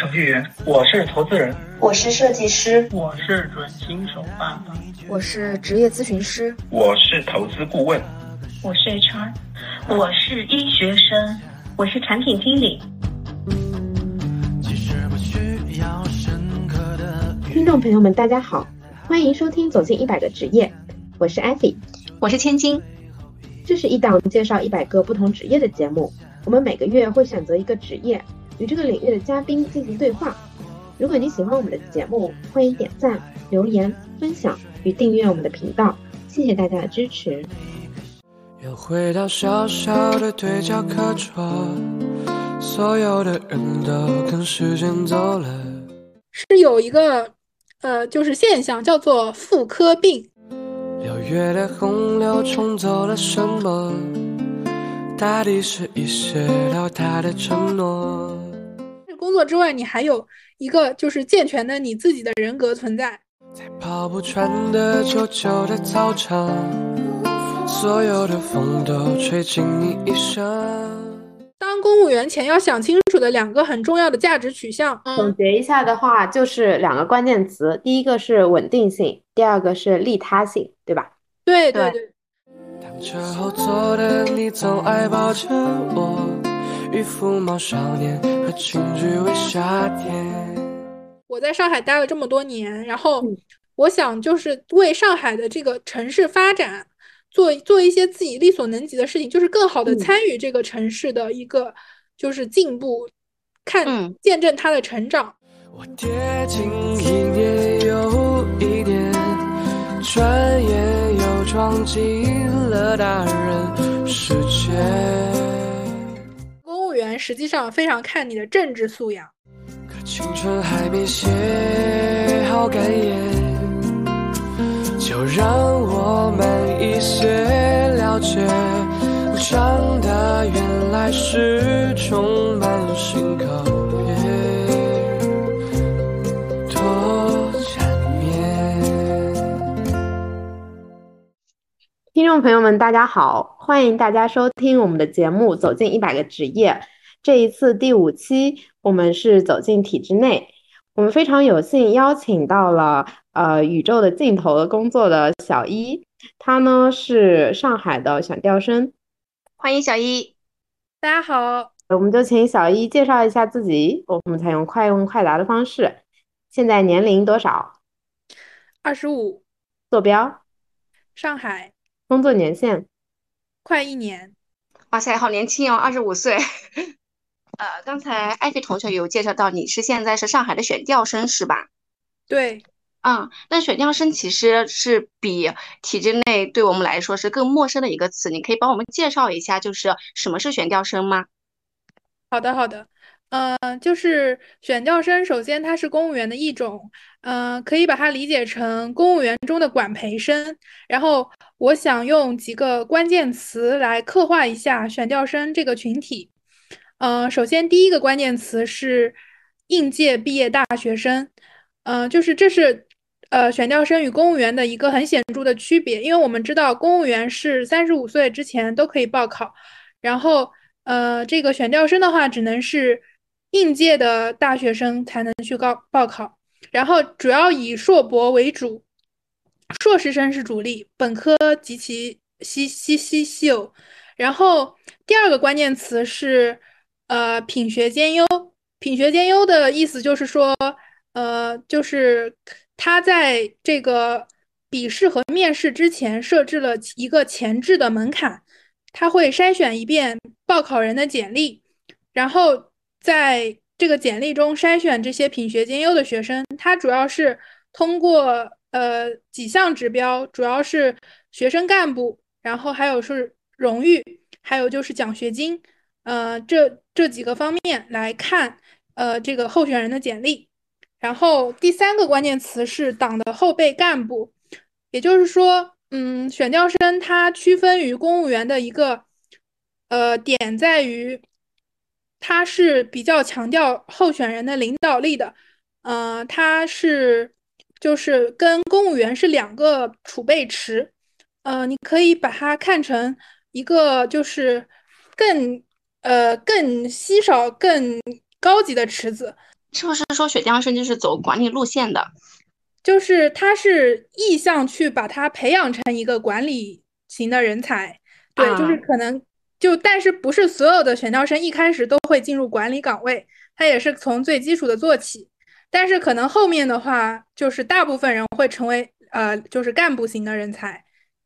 程序员，我是投资人， 我是设计师， 我是准新手爸爸， 我是职业咨询师， 我是投资顾问， 我是 HR， 我是医学生，我是产品经理。 听众朋友们大家好，欢迎收听走进100个职业，我是艾菲， 我是千金。 这是一档介绍100个不同职业的节目，我们每个月会选择一个职业，与这个领域的嘉宾进行对话。如果你喜欢我们的节目，欢迎点赞、留言、分享与订阅我们的频道，谢谢大家的支持。 又回到小小的对角课桌，所有的人都跟时间走了。 是有一个就是现象叫做妇科病。 6月的洪流冲走了什么？大抵是一些了他的承诺。 工作之外，你还有一个就是健全的你自己的人格存在。 在跑不穿的旧旧的操场，所有的风都吹进你衣裳。 当公务员前要想清楚的2个很重要的价值取向。 总结一下的话，就是2个关键词，第一个是稳定性，第二个是利他性，对吧？ 对。 当车后座的你总爱抱着我，与福猫少年和轻举为夏天。 我在上海待了这么多年，然后我想就是为上海的这个城市发展做一些自己力所能及的事情，就是更好的参与这个城市的一个就是进步，见证它的成长。 我跌进一年又一年，转眼又撞进了大人世界。 公务员实际上非常看你的政治素养。 可青春还没写好感言，就让我们一些了解，长大原来是充满新考验，多缠绵。 听众朋友们大家好，欢迎大家收听我们的节目走进100个职业。这一次第5期我们是走进体制内，我们非常有幸邀请到了宇宙的尽头的工作的小一，他呢是上海的选调生。 欢迎小一。 大家好， 我们就请小一介绍一下自己，我们采用快问快答的方式。现在年龄多少 ？25。 坐标？ 上海。 工作年限？ 快1年。 哇塞，好年轻哦，25岁。刚才艾菲同学有介绍到你现在是上海的选调生是吧？ 对。 那选调生其实是比体制内对我们来说是更陌生的一个词，你可以帮我们介绍一下就是什么是选调生吗？ 好的。就是选调生，首先它是公务员的一种，可以把它理解成公务员中的管培生。然后我想用几个关键词来刻画一下选调生这个群体。首先第一个关键词是应届毕业大学生，就是这是选调生与公务员的一个很显著的区别，因为我们知道公务员是35岁之前都可以报考，然后这个选调生的话只能是应届的大学生才能去报考，然后主要以硕博为主，硕士生是主力，本科极其稀有。然后第2个关键词是品学兼优。品学兼优的意思就是说就是他在这个笔试和面试之前设置了一个前置的门槛，他会筛选一遍报考人的简历，然后在这个简历中筛选这些品学兼优的学生。他主要是通过几项指标，主要是学生干部，然后还有是荣誉，还有就是奖学金，这几个方面来看这个候选人的简历。然后第3个关键词是党的后备干部，也就是说选调生它区分于公务员的一个点在于它是比较强调候选人的领导力的，它是就是跟公务员是2个储备池，你可以把它看成一个就是更稀少更高级的池子。 是不是说选调生就是走管理路线的？ 就是他是意向去把他培养成一个管理型的人才，对，就是可能但是不是所有的选调生一开始都会进入管理岗位，他也是从最基础的做起，但是可能后面的话，就是大部分人会成为就是干部型的人才。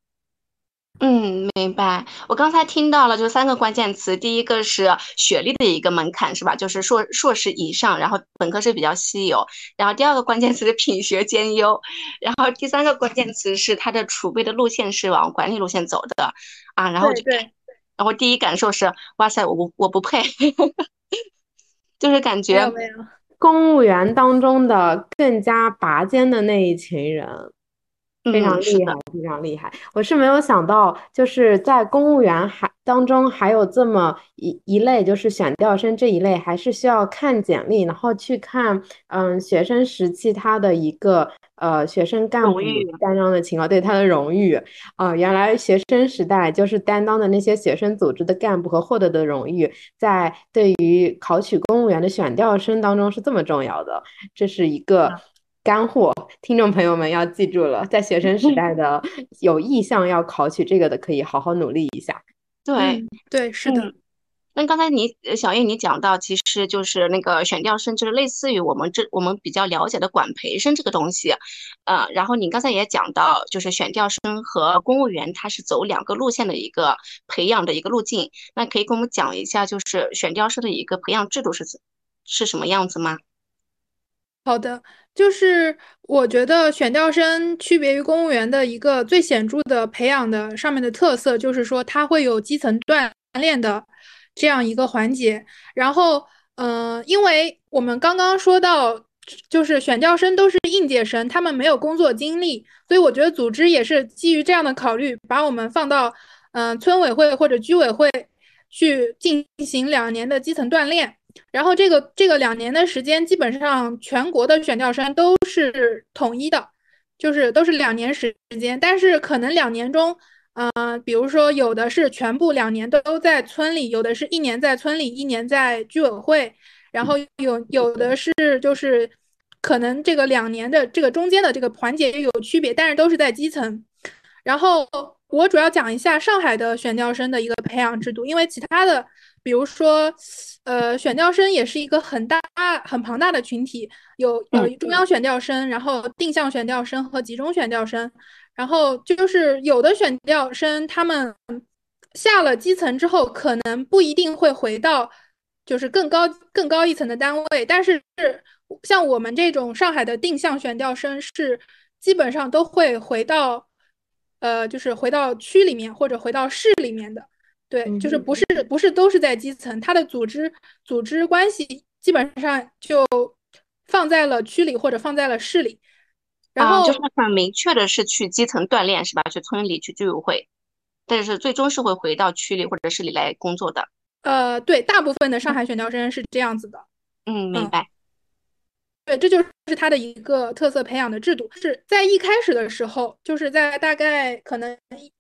明白。我刚才听到了，就3个关键词。第一个是学历的一个门槛，是吧？就是硕士以上，然后本科是比较稀有。然后第2个关键词是品学兼优，然后第3个关键词是他的储备的路线是往管理路线走的啊。然后然后第一感受是，哇塞，我不配，就是感觉没有公务员当中的更加拔尖的那一群人。非常厉害，非常厉害！我是没有想到，就是在公务员当中还有这么一类，就是选调生这一类，还是需要看简历，然后去看学生时期他的一个学生干部担当的情况，对他的荣誉原来学生时代就是担当的那些学生组织的干部和获得的荣誉，在对于考取公务员的选调生当中是这么重要的，这是一个干货，听众朋友们要记住了，在学生时代的有意向要考取这个的，可以好好努力一下。 对，是的。 那刚才小叶你讲到，其实就是那个选调生，就是类似于我们比较了解的管培生这个东西，然后你刚才也讲到，就是选调生和公务员它是走2个路线的一个培养的一个路径，那可以跟我们讲一下，就是选调生的一个培养制度是什么样子吗？ 好的，就是我觉得选调生区别于公务员的一个最显著的培养的上面的特色，就是说它会有基层锻炼的这样一个环节。然后，因为我们刚刚说到，就是选调生都是应届生，他们没有工作经历，所以我觉得组织也是基于这样的考虑，把我们放到村委会或者居委会去进行2年的基层锻炼。然后这个2年的时间，基本上全国的选调生都是统一的，就是都是2年时间。但是可能2年中，比如说有的是全部2年都在村里，有的是1年在村里，1年在居委会，然后有的是就是可能这个2年的这个中间的这个环节有区别，但是都是在基层。然后我主要讲一下上海的选调生的一个培养制度，因为其他的，比如说，选调生也是一个很庞大的群体，有中央选调生，然后定向选调生和集中选调生，然后就是有的选调生他们下了基层之后，可能不一定会回到就是更高一层的单位，但是像我们这种上海的定向选调生是基本上都会回到。就是回到区里面或者回到市里面的，对，就是不是都是在基层，它的组织关系基本上就放在了区里或者放在了市里，然后就是很明确的是去基层锻炼是吧？去村里去居委会，但是最终是会回到区里或者市里来工作的。 对，大部分的上海选调生是这样子的。 明白。 对，这就是它的一个特色培养的制度，是在一开始的时候，就是在大概可能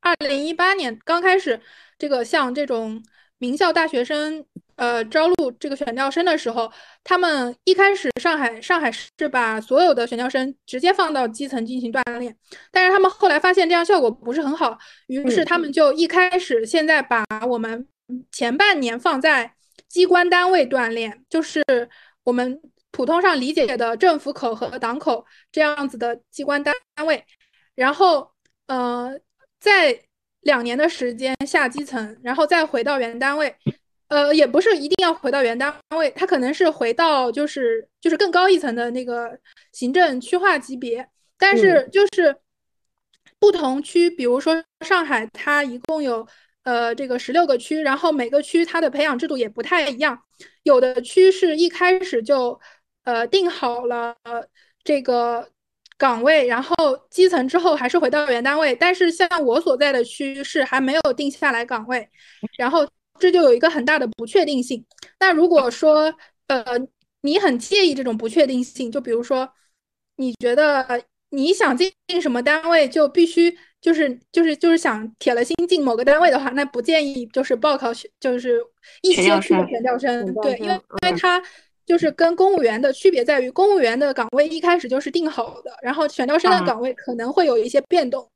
2018年刚开始，这个像这种名校大学生招录这个选调生的时候，他们一开始上海是把所有的选调生直接放到基层进行锻炼，但是他们后来发现这样效果不是很好，于是他们就一开始现在把我们前半年放在机关单位锻炼，就是我们普通上理解的政府口和党口这样子的机关单位，然后在2年的时间下基层，然后再回到原单位，也不是一定要回到原单位，它可能是回到就是更高一层的那个行政区划级别，但是就是不同区，比如说上海，它一共有这个16个区，然后每个区它的培养制度也不太一样，有的区是一开始就定好了这个岗位，然后基层之后还是回到原单位，但是像我所在的区是还没有定下来岗位，然后这就有一个很大的不确定性。那如果说你很介意这种不确定性，就比如说你觉得你想进什么单位就必须就是想铁了心进某个单位的话，那不建议就是报考就是一些区的选调生，对，因为他就是跟公务员的区别在于，公务员的岗位一开始就是定好的，然后选调生的岗位可能会有一些变动。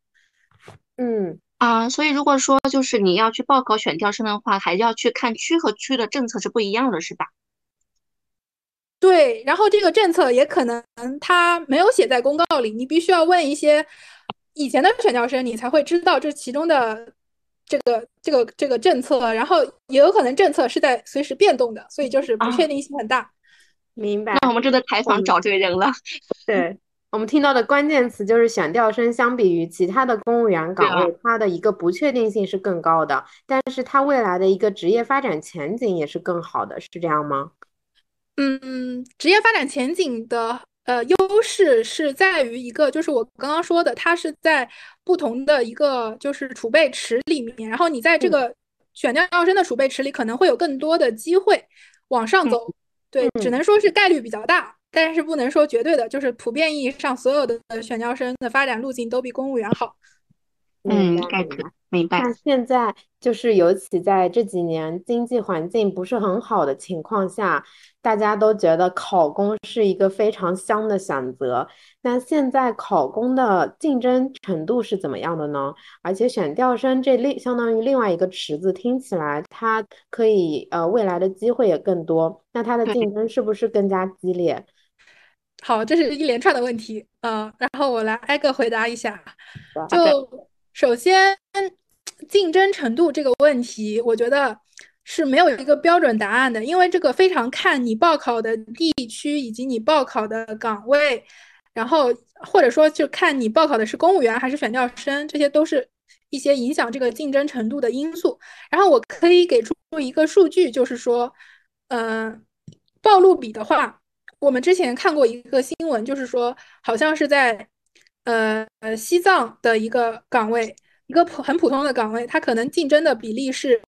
所以如果说就是你要去报考选调生的话，还要去看区和区的政策是不一样的，是吧？ 对，然后这个政策也可能它没有写在公告里，你必须要问一些以前的选调生，你才会知道这其中的这个政策，然后也有可能政策是在随时变动的，所以就是不确定性很大。 明白。 那我们就在采访找对人了。 对，我们听到的关键词就是选调生相比于其他的公务员岗位，它的一个不确定性是更高的，但是它未来的一个职业发展前景也是更好的，是这样吗？ 职业发展前景的优势是在于一个，就是我刚刚说的，它是在不同的一个就是储备池里面，然后你在这个选调生的储备池里可能会有更多的机会往上走。对，只能说是概率比较大，但是不能说绝对的，就是普遍意义上所有的选调生的发展路径都比公务员好。 明白。 那现在就是尤其在这几年经济环境不是很好的情况下，大家都觉得考公是一个非常香的选择。那现在考公的竞争程度是怎么样的呢？而且选调生相当于另外一个池子，听起来它可以未来的机会也更多。那它的竞争是不是更加激烈？ 好，这是一连串的问题，然后我来挨个回答一下。就首先，竞争程度这个问题，我觉得是没有一个标准答案的，因为这个非常看你报考的地区以及你报考的岗位，然后或者说就看你报考的是公务员还是选调生，这些都是一些影响这个竞争程度的因素。然后我可以给出一个数据，就是说，报录比的话，我们之前看过一个新闻，就是说好像是在西藏的一个岗位，一个很普通的岗位，它可能竞争的比例是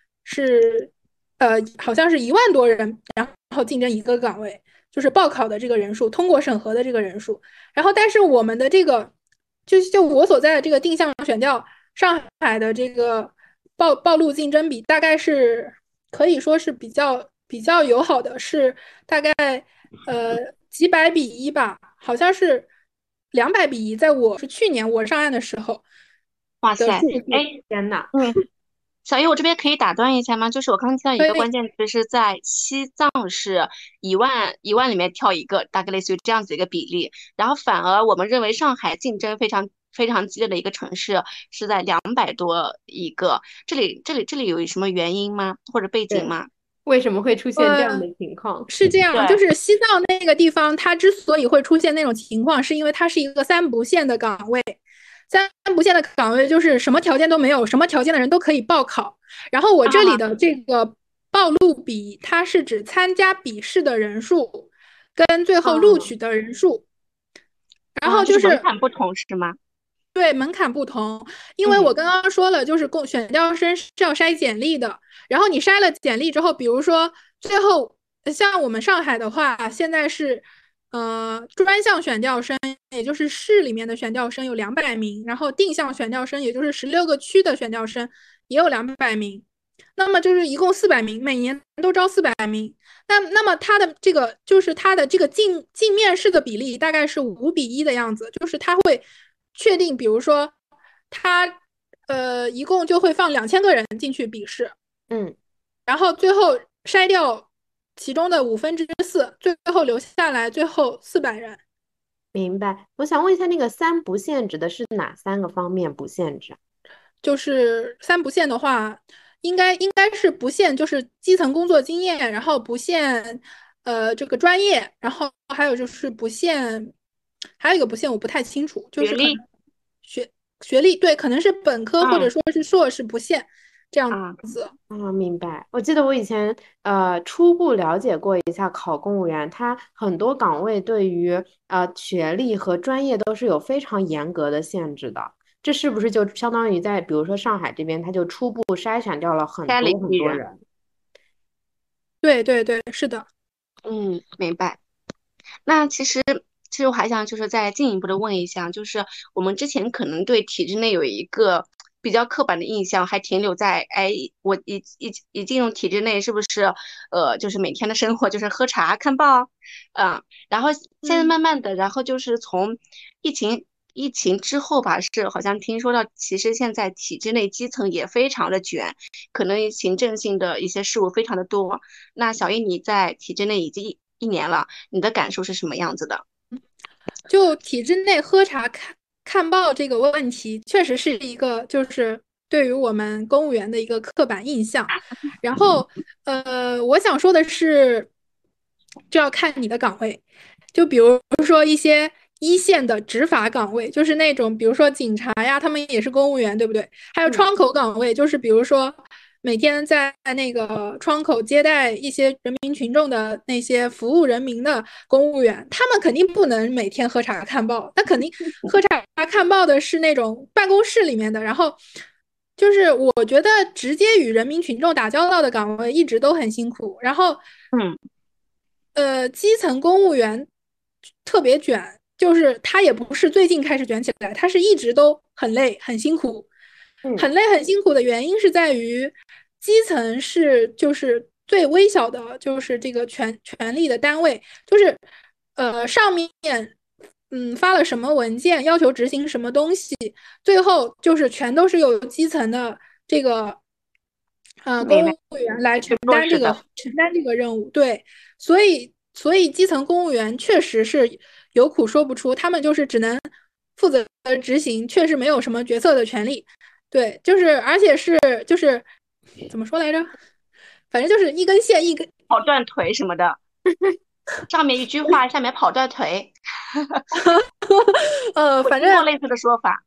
好像是1万多人，然后竞争一个岗位，就是报考的这个人数，通过审核的这个人数。然后但是我们的这个就我所在的这个定向选调上海的这个报录竞争比大概是可以说是比较友好的，是大概几百比1吧，好像是200比1，在我是去年我上岸的时候。 哇塞， 天哪！ 小叶，我这边可以打断一下吗？就是我刚刚听到一个关键词是在西藏是1万里面挑一个，大概类似于这样子一个比例，然后反而我们认为上海竞争非常非常激烈的一个城市是在200多一个，这里有什么原因吗？或者背景吗？ 为什么会出现这样的情况？ 是这样，就是西藏那个地方，它之所以会出现那种情况，是因为它是一个3不限的岗位。3不限的岗位就是什么条件都没有，什么条件的人都可以报考。然后我这里的这个报录比，它是指参加笔试的人数跟最后录取的人数。然后就是门槛不同是吗？ 对，门槛不同，因为我刚刚说了，就是选调生是要筛简历的，然后你筛了简历之后，比如说最后像我们上海的话，现在是专项选调生，也就是市里面的选调生有200名，然后定向选调生，也就是16个区的选调生也有200名，那么就是一共400名，每年都招400名。那么它的这个就是它的这个进面试的比例大概是5比1的样子，就是它会确定，比如说它一共就会放2000个人进去笔试，然后最后筛掉其中的4/5，最后留下来最后400人。 明白。我想问一下，那个3不限指的是哪3个方面不限制？ 就是3不限的话，应该是不限，就是基层工作经验，然后不限这个专业，然后还有就是不限，还有一个不限我不太清楚，就是学历对，可能是本科或者说是硕士不限。这样子明白。我记得我以前初步了解过一下考公务员，它很多岗位对于学历和专业都是有非常严格的限制的。这是不是就相当于在比如说上海这边，它就初步筛选掉了很多人？ 对对对，是的。 明白。那其实我还想就是再进一步的问一下，就是我们之前可能对体制内有一个比较刻板的印象还停留在，哎，我一进入体制内，是不是就是每天的生活就是喝茶看报，然后现在慢慢的，然后就是从疫情之后吧，是好像听说到，其实现在体制内基层也非常的卷，可能行政性的一些事务非常的多。那小易你在体制内已经一年了，你的感受是什么样子的？ 就体制内喝茶看报这个问题，确实是一个就是对于我们公务员的一个刻板印象。然后，我想说的是，这要看你的岗位。就比如说一些一线的执法岗位，就是那种比如说警察呀，他们也是公务员，对不对？还有窗口岗位，就是比如说每天在那个窗口接待一些人民群众的那些服务人民的公务员，他们肯定不能每天喝茶看报，那肯定喝茶看报的是那种办公室里面的。然后就是我觉得直接与人民群众打交道的岗位一直都很辛苦，然后基层公务员特别卷，就是他也不是最近开始卷起来，他是一直都很累很辛苦。很累很辛苦的原因是在于基层是就是最微小的，就是这个权力的单位，就是上面发了什么文件，要求执行什么东西，最后就是全都是由基层的这个公务员来承担这个任务。对，所以基层公务员确实是有苦说不出，他们就是只能负责执行，确实没有什么决策的权利。对，就是而且是就是怎么说来着？反正就是一根线一根跑断腿什么的，上面一句话，下面跑断腿。 反正类似的说法。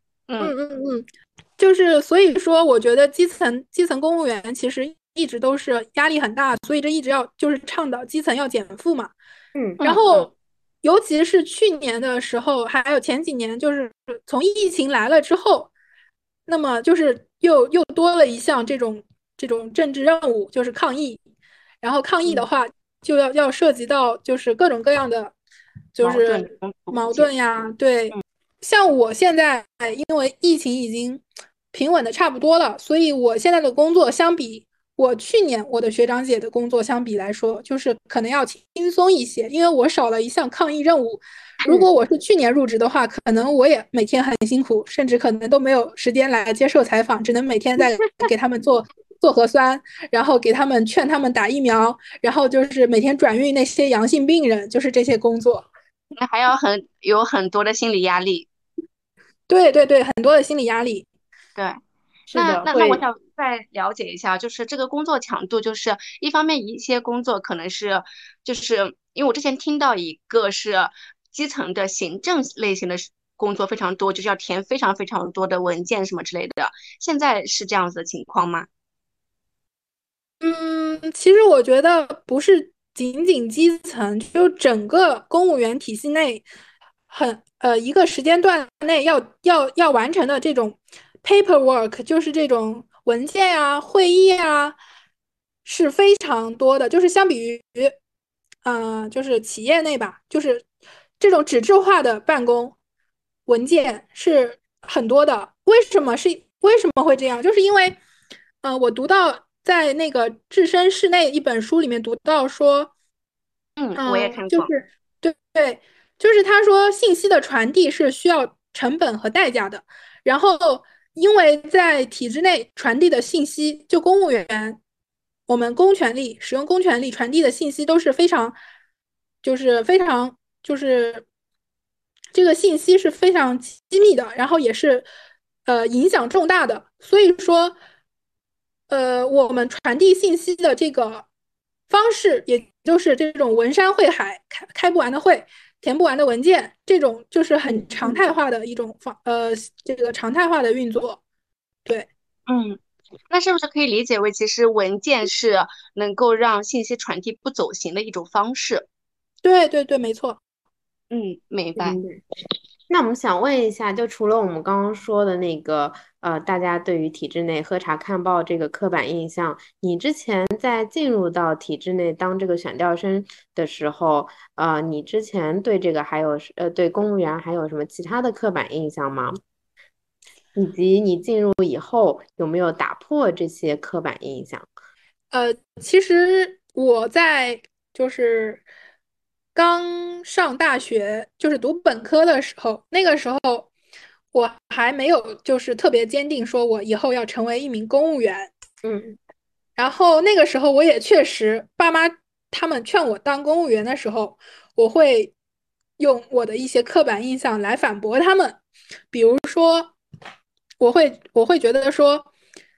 就是所以说，我觉得基层公务员其实一直都是压力很大，所以这一直要就是倡导基层要减负嘛。然后尤其是去年的时候，还有前几年，就是从疫情来了之后，那么就是又多了一项这种政治任务，就是抗疫。然后抗疫的话，就要涉及到就是各种各样的就是矛盾呀。对，像我现在因为疫情已经平稳的差不多了，所以我现在的工作相比我去年我的学长姐的工作相比来说，就是可能要轻松一些，因为我少了一项抗疫任务。如果我是去年入职的话，可能我也每天很辛苦，甚至可能都没有时间来接受采访，只能每天在给他们做核酸，然后给他们劝他们打疫苗，然后就是每天转运那些阳性病人，就是这些工作。 那还要有很多的心理压力。 对，很多的心理压力。 对，那我想再了解一下，就是这个工作强度，就是一方面一些工作可能是，就是因为我之前听到一个是基层的行政类型的工作非常多，就是要填非常非常多的文件什么之类的，现在是这样子的情况吗？ 其实我觉得不是仅仅基层，就整个公务员体系内一个时间段内要完成的这种 paperwork， 就是这种文件啊、会议啊，是非常多的。就是相比于就是企业内吧，就是这种纸质化的办公文件是很多的。为什么会这样？就是因为我读到在那个置身事内一本书里面读到说， 我也看过， 就是对，就是他说信息的传递是需要成本和代价的。然后因为在体制内传递的信息，就公务员我们使用公权力传递的信息都是非常就是这个信息是非常机密的，然后也是影响重大的。所以说我们传递信息的这个方式，也就是这种文山会海，开不完的会，填不完的文件，这种就是很常态化的一种这个常态化的运作。对， 那是不是可以理解为，其实文件是能够让信息传递不走形的一种方式？ 对，没错。 明白。 那我们想问一下，就除了我们刚刚说的那个大家对于体制内喝茶看报这个刻板印象，你之前在进入到体制内当这个选调生的时候，你之前对这个还有对公务员还有什么其他的刻板印象吗？ 以及你进入以后有没有打破这些刻板印象？ 其实我在就是刚上大学，就是读本科的时候，那个时候我还没有就是特别坚定说我以后要成为一名公务员。然后那个时候我也确实，爸妈他们劝我当公务员的时候，我会用我的一些刻板印象来反驳他们，比如说，我会觉得说，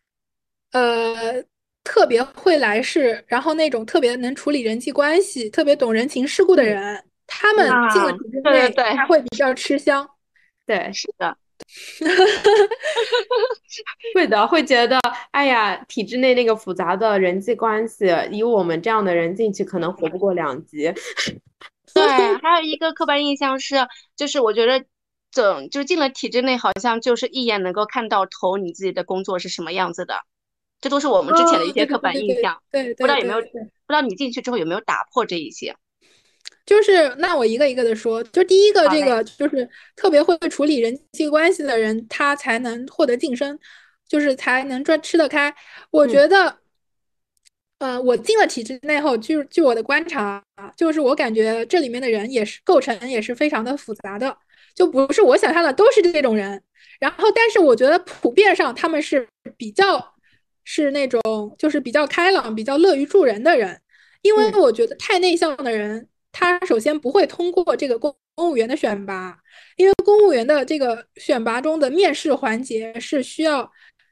特别会来事，然后那种特别能处理人际关系、特别懂人情世故的人，他们进了体制内，他会比较吃香。 对， 是的。 会的，会觉得，哎呀，体制内那个复杂的人际关系，以我们这样的人进去，可能活不过2级。 对，还有一个刻板印象是，就是我觉得就进了体制内，好像就是一眼能够看到头，你自己的工作是什么样子的，这都是我们之前的一些刻板印象。 对， 不知道有没有，不知道你进去之后有没有打破这一些？ 就是那我一个一个的说，就第一个，这个就是特别会处理人际关系的人，他才能获得晋升，就是才能吃得开。我觉得，我进了体制内后，据我的观察，就是我感觉这里面的人也是构成也是非常的复杂的，就不是我想象的都是这种人。然后，但是我觉得普遍上他们是那种就是比较开朗、比较乐于助人的人，因为我觉得太内向的人。他首先不会通过这个公务员的选拔，因为公务员的这个选拔中的面试环节是需要，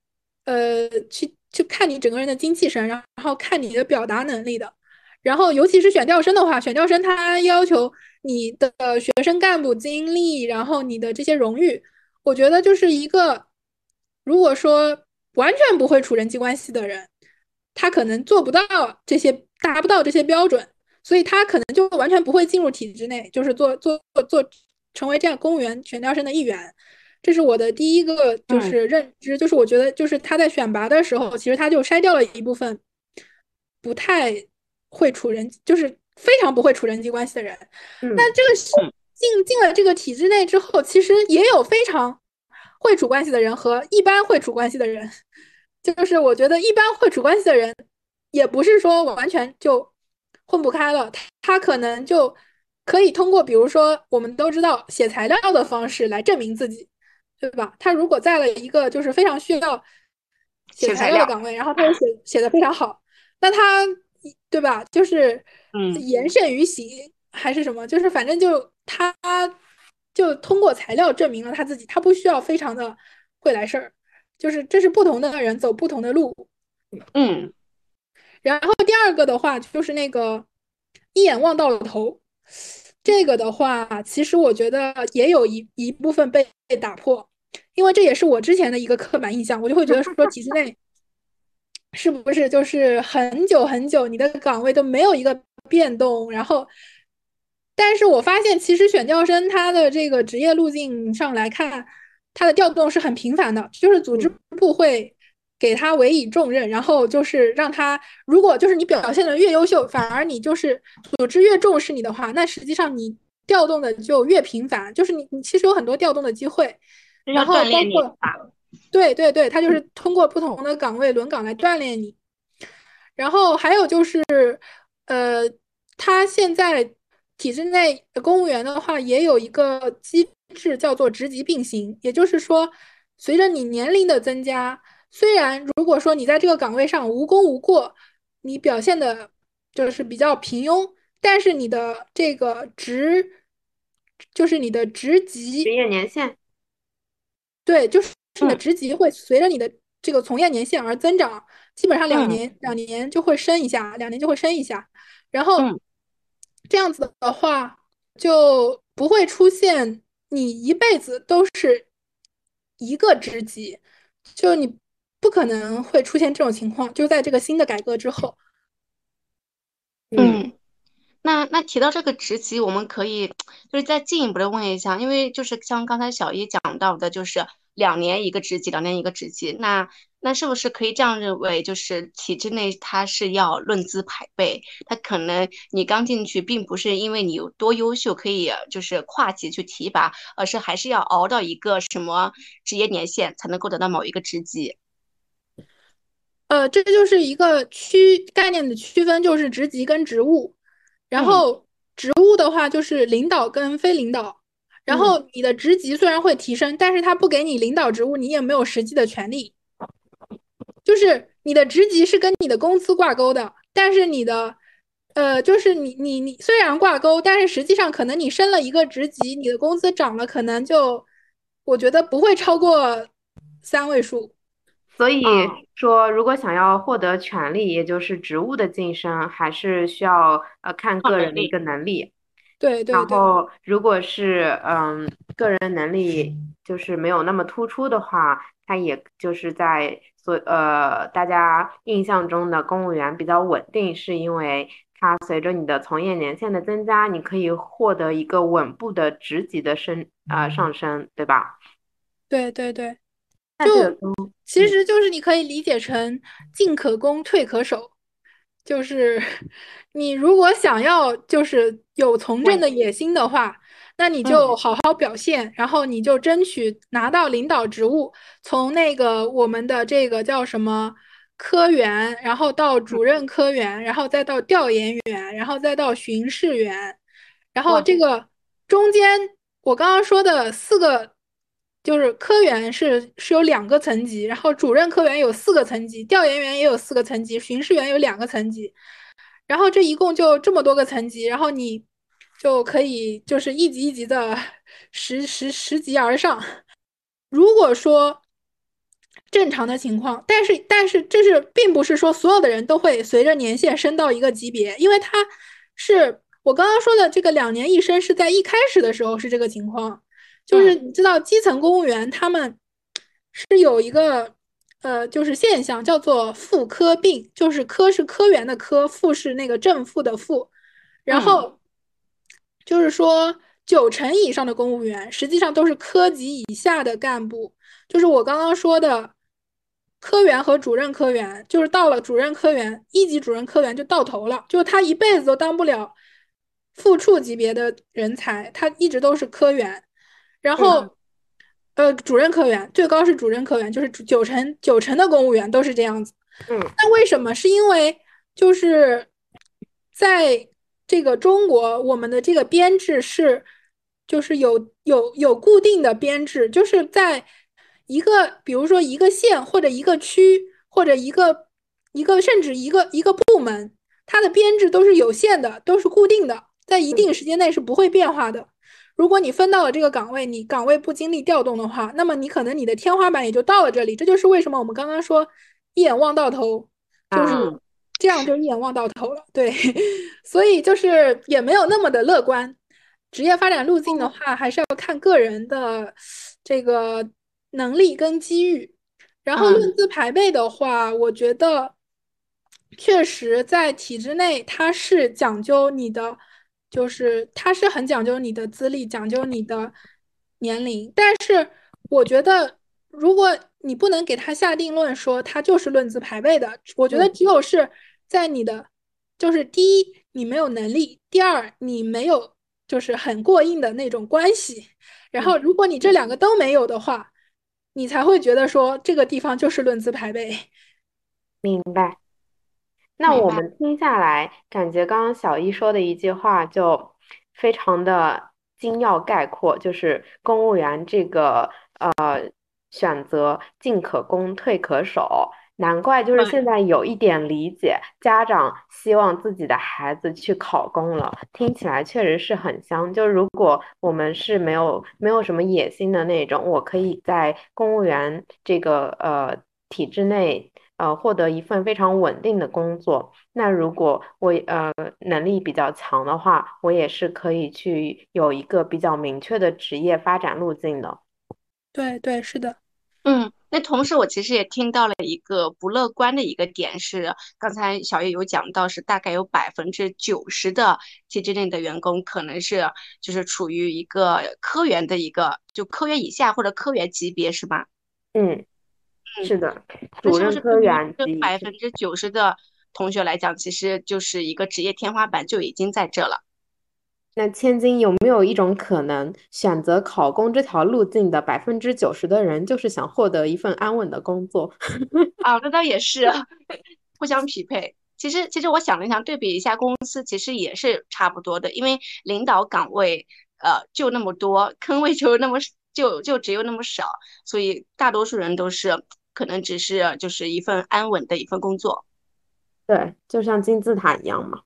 去看你整个人的精气神，然后看你的表达能力的。然后尤其是选调生的话，选调生他要求你的学生干部经历，然后你的这些荣誉，我觉得就是一个，如果说完全不会处人际关系的人，他可能做不到这些，达不到这些标准。所以他可能就完全不会进入体制内，就是成为这样公务员选调生的一员。这是我的第一个就是认知，就是我觉得就是他在选拔的时候，其实他就筛掉了一部分不太会处人，就是非常不会处人际关系的人。那这个进了这个体制内之后，其实也有非常会处关系的人和一般会处关系的人。就是我觉得一般会处关系的人，也不是说完全就混不开了，他可能就可以通过，比如说我们都知道写材料的方式来证明自己，对吧？他如果在了一个就是非常需要写材料的岗位，然后他又写的非常好，那他对吧？就是言胜于行还是什么？就是反正就他就通过材料证明了他自己，他不需要非常的会来事儿，就是这是不同的人走不同的路。然后第二个的话就是那个一眼望到了头，这个的话其实我觉得也有一部分被打破，因为这也是我之前的一个刻板印象，我就会觉得说体制内是不是就是很久很久你的岗位都没有一个变动，然后但是我发现其实选调生他的这个职业路径上来看，他的调动是很频繁的，就是组织部会给他委以重任，然后就是让他，如果就是你表现的越优秀，反而你就是组织越重视你的话，那实际上你调动的就越频繁，就是你其实有很多调动的机会，然后包括对，他就是通过不同的岗位轮岗来锻炼你，然后还有就是他现在体制内公务员的话也有一个机制叫做职级并行，也就是说随着你年龄的增加，虽然如果说你在这个岗位上无功无过，你表现的就是比较平庸，但是你的这个就是你的职级职业年限， 对，就是你的职级会随着你的这个从业年限而增长，基本上两年就会升一下，2年就会升一下，然后这样子的话就不会出现你一辈子都是一个职级，就你不可能会出现这种情况，就在这个新的改革之后。 那提到这个职级，我们可以就是再进一步的问一下，因为就是像刚才小一讲到的，就是 2年一个职级，2年一个职级，那是不是可以这样认为，就是体制内它是要论资排辈，它可能你刚进去，并不是因为你有多优秀可以就是跨级去提拔，而是还是要熬到一个什么职业年限才能够得到某一个职级。 这就是一个概念的区分，就是职级跟职务。然后职务的话就是领导跟非领导。然后你的职级虽然会提升，但是他不给你领导职务，你也没有实际的权利。就是你的职级是跟你的工资挂钩的，但是你的就是你虽然挂钩，但是实际上可能你升了一个职级，你的工资涨了，可能就我觉得不会超过3位数。 所以说，如果想要获得权利，也就是职务的晋升，还是需要看个人的一个能力。 对。 然后，如果是个人能力就是没有那么突出的话，他也就是在大家印象中的公务员比较稳定，是因为它随着你的从业年限的增加，你可以获得一个稳步的职级的上升，对吧？ 对。其实就是你可以理解成进可攻，退可守。就是你如果想要就是有从政的野心的话，那你就好好表现，然后你就争取拿到领导职务，从那个我们的这个叫什么科员，然后到主任科员，然后再到调研员，然后再到巡视员，然后这个中间我刚刚说的4个。就是科员是有2个层级，然后主任科员有4个层级，调研员也有4个层级，巡视员有2个层级，然后这一共就这么多个层级，然后你就可以就是一级一级的拾级而上。如果说正常的情况，但是这是并不是说所有的人都会随着年限升到一个级别，因为它是我刚刚说的这个2年一升是在一开始的时候是这个情况。就是你知道基层公务员他们是有一个就是现象叫做副科并，就是科是科员的科，副是那个正负的负，然后就是说90%以上的公务员实际上都是科级以下的干部，就是我刚刚说的科员和主任科员，就是到了主任科员1级主任科员就到头了，就他一辈子都当不了副处级别的人才，他一直都是科员。然后，主任科员最高是主任科员，就是九成的公务员都是这样子。那为什么？是因为就是在这个中国，我们的这个编制是就是有固定的编制，就是在一个比如说一个县或者一个区或者一个甚至一个部门，它的编制都是有限的，都是固定的，在一定时间内是不会变化的。如果你分到了这个岗位，你岗位不经历调动的话，那么你可能你的天花板也就到了这里。这就是为什么我们刚刚说一眼望到头，就是这样就一眼望到头了。对，所以就是也没有那么的乐观。职业发展路径的话，还是要看个人的这个能力跟机遇。然后论资排辈的话，我觉得确实在体制内它是讲究你的。就是他是很讲究你的资历，讲究你的年龄，但是我觉得，如果你不能给他下定论说他就是论资排辈的，我觉得只有是在你的，就是第一你没有能力，第二你没有就是很过硬的那种关系，然后如果你这2个都没有的话，你才会觉得说这个地方就是论资排辈。 明白。那我们听下来，感觉刚刚小一说的一句话就非常的精要概括，就是公务员这个选择进可攻，退可守。难怪就是现在有一点理解，家长希望自己的孩子去考公了，听起来确实是很香。就如果我们是没有什么野心的那种，我可以在公务员这个体制内。获得一份非常稳定的工作。那如果我能力比较强的话，我也是可以去有一个比较明确的职业发展路径的。 对，是的。 那同时，我其实也听到了一个不乐观的一个点是，刚才小叶有讲到，是大概有90%的体制内的员工可能是就是处于一个科员的一个就科员以下或者科员级别，是吧？ 嗯， 嗯， 是的， 那主任科是不是对于这员级。 90%的同学来讲，其实就是一个职业天花板就已经在这了？ 那千金有没有一种可能，选择考公这条路径的90%的人，就是想获得一份安稳的工作？ 啊，这倒也是，互相匹配。其实我想了想，对比一下公司，其实也是差不多的，因为领导岗位就那么多，坑位就那么就只有那么少，所以大多数人都是可能只是就是一份安稳的一份工作。 对，就像金字塔一样嘛。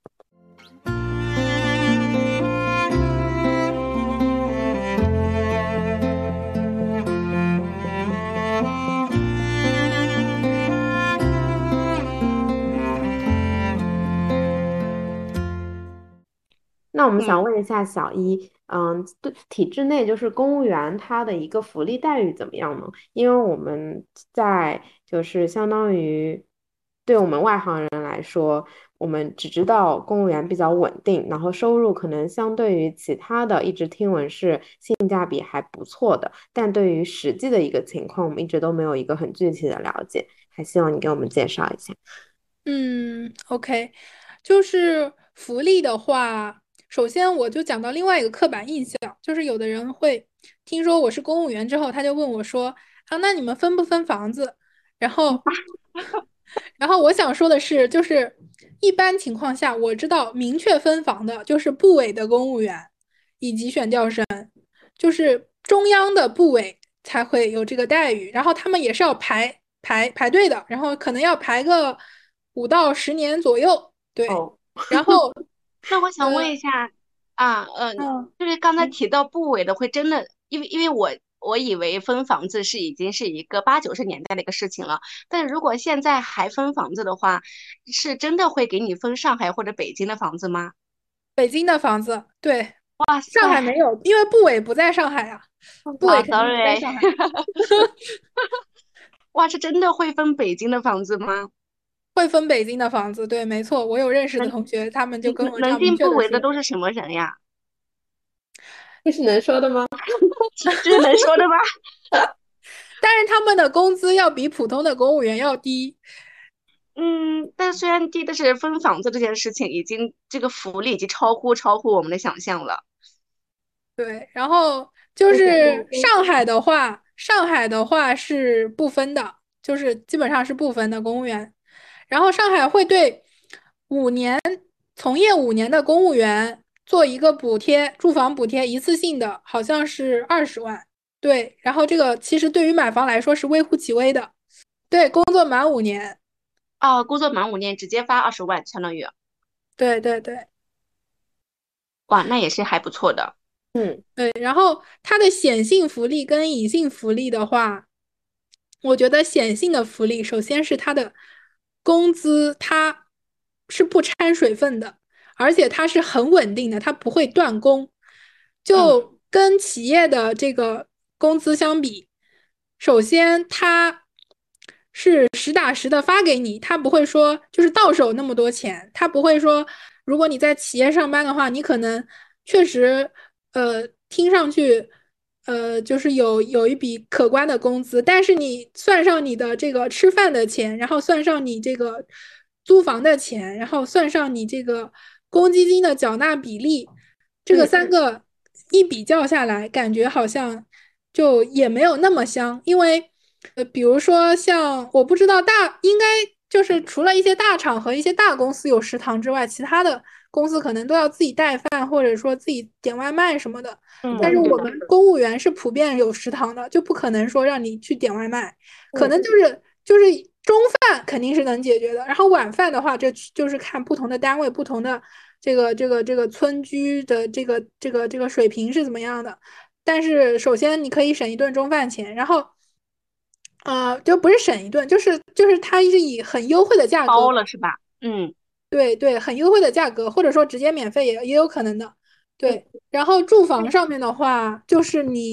那我们想问一下小一，对体制内就是公务员，他的一个福利待遇怎么样呢？因为我们在就是相当于对我们外行人来说，我们只知道公务员比较稳定，然后收入可能相对于其他的一直听闻是性价比还不错的，但对于实际的一个情况，我们一直都没有一个很具体的了解，还希望你给我们介绍一下。 OK，就是福利的话，首先我就讲到另外一个刻板印象，就是有的人会听说我是公务员之后，他就问我说：“啊，那你们分不分房子？”然后，然后我想说的是，就是一般情况下，我知道明确分房的就是部委的公务员以及选调生，就是中央的部委才会有这个待遇，然后他们也是要排队的，然后可能要排个5到10年左右，对， 哦， 然后那我想问一下就是刚才提到部委的会真的，因为我以为分房子是已经是一个80、90年代的一个事情了，但如果现在还分房子的话，是真的会给你分上海或者北京的房子吗？ 北京的房子，对， 哇上海没塞， 有，因为部委不在上海啊，部委肯定不在 ，sorry， 上海。 哇，是真的会分北京的房子吗？ 会分北京的房子，对，没错，我有认识的能同学，他们就跟我这样明能进确的说， 部委的都是什么人呀？ 这是能说的吗？ 这是能说的吗？ 但是他们的工资要比普通的公务员要低， 但虽然低，但是分房子这件事情已经这个福利已经超乎我们的想象了。 对，然后就是上海的话是不分的，就是基本上是不分的公务员，然后上海会对五年从业5年的公务员做一个补贴，住房补贴，一次性的，好像是20万。对，然后这个其实对于买房来说是微乎其微的。对，工作满5年。 哦，工作满5年直接发20万，相当于， 对对对哇，那也是还不错的。 对，然后它的显性福利跟隐性福利的话，我觉得显性的福利，首先是它的工资，它是不掺水分的，而且它是很稳定的，它不会断供。就跟企业的这个工资相比，首先它是实打实的发给你，它不会说就是到手那么多钱，它不会说，如果你在企业上班的话，你可能确实听上去。就是有一笔可观的工资，但是你算上你的这个吃饭的钱，然后算上你这个租房的钱，然后算上你这个公积金的缴纳比例，这个3个一比较下来，感觉好像就也没有那么香。因为比如说像我不知道应该就是除了一些大厂和一些大公司有食堂之外，其他的公司可能都要自己带饭，或者说自己点外卖什么的。但是我们公务员是普遍有食堂的，就不可能说让你去点外卖，可能就是中饭肯定是能解决的，然后晚饭的话，这就是看不同的单位、不同的这个村居的这个水平是怎么样的。但是首先你可以省一顿中饭钱，然后就不是省一顿，就是它是以很优惠的价格包了是吧？ 对对，很优惠的价格，或者说直接免费也有可能的。对，然后住房上面的话，就是你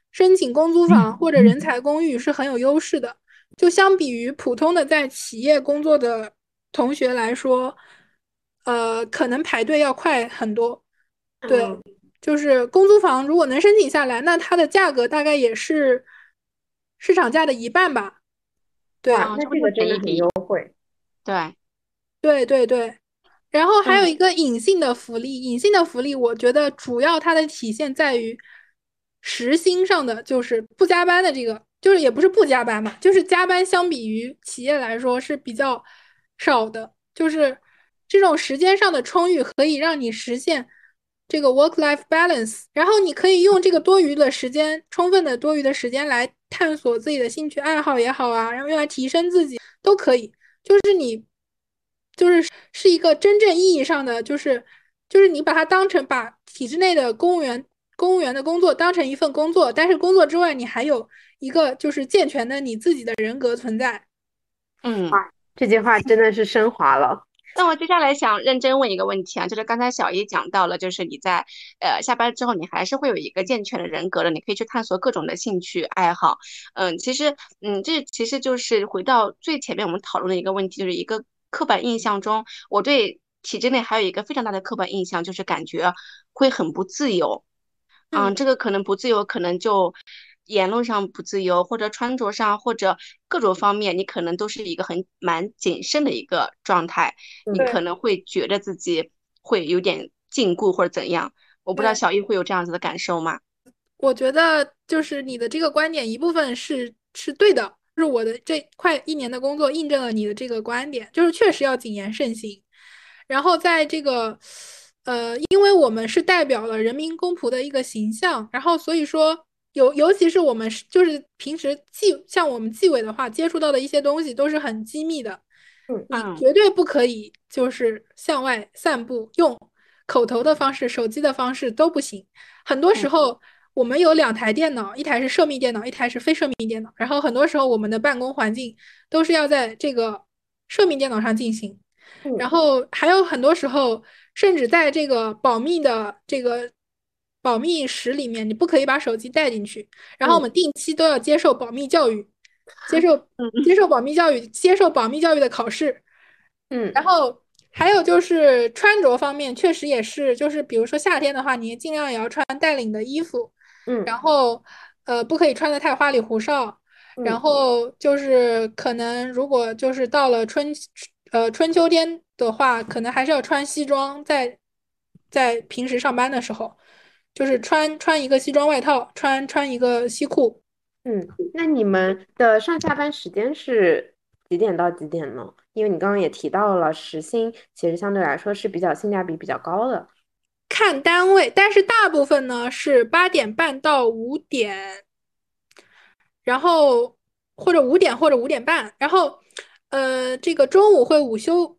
申请公租房或者人才公寓是很有优势的。就相比于普通的在企业工作的同学来说，可能排队要快很多。对，就是公租房如果能申请下来，那它的价格大概也是市场价的一半吧。对， 那这个真的很优惠。 对， 对对对。然后还有一个隐性的福利，隐性的福利，我觉得主要它的体现在于时薪上的，就是不加班的这个，就是也不是不加班嘛，就是加班相比于企业来说是比较少的，就是这种时间上的充裕可以让你实现这个 work-life balance，然后你可以用这个多余的时间，充分的多余的时间来探索自己的兴趣爱好也好啊，然后用来提升自己都可以，就是你。是一个真正意义上的，就是你把它当成把体制内的公务员的工作当成一份工作，但是工作之外你还有一个就是健全的你自己的人格存在。 这句话真的是升华了。 那我接下来想认真问一个问题啊，就是刚才小姨讲到了，就是你在下班之后，你还是会有一个健全的人格的，你可以去探索各种的兴趣爱好。这其实就是回到最前面我们讨论的一个问题，就是一个刻板印象中，我对体制内还有一个非常大的刻板印象，就是感觉会很不自由。这个可能不自由，可能就言论上不自由，或者穿着上，或者各种方面，你可能都是一个蛮谨慎的一个状态，你可能会觉得自己会有点禁锢或者怎样。我不知道小易会有这样子的感受吗？ 我觉得就是你的这个观点一部分是对的，就是我的这快1年的工作印证了你的这个观点，就是确实要谨言慎行。然后在这个因为我们是代表了人民公仆的一个形象，然后所以说尤其是我们就是平时像我们纪委的话，接触到的一些东西都是很机密的，你绝对不可以就是向外散布，用口头的方式、手机的方式都不行。很多时候我们有2台电脑，一台是涉密电脑，一台是非涉密电脑，然后很多时候我们的办公环境都是要在这个涉密电脑上进行。然后还有很多时候，甚至在这个保密的这个保密室里面，你不可以把手机带进去。然后我们定期都要接受保密教育，接受保密教育，接受保密教育的考试。然后还有就是穿着方面，确实也是，就是比如说夏天的话，你尽量也要穿带领的衣服。然后不可以穿得太花里胡哨。然后就是可能如果就是到了春秋天的话，可能还是要穿西装，在平时上班的时候，就是穿一个西装外套，穿一个西裤。 那你们的上下班时间是几点到几点呢？因为你刚刚也提到了时薪，其实相对来说是比较性价比比较高的。 看单位，但是大部分呢是8点半到5点，然后或者5点或者5点半，然后这个中午会午休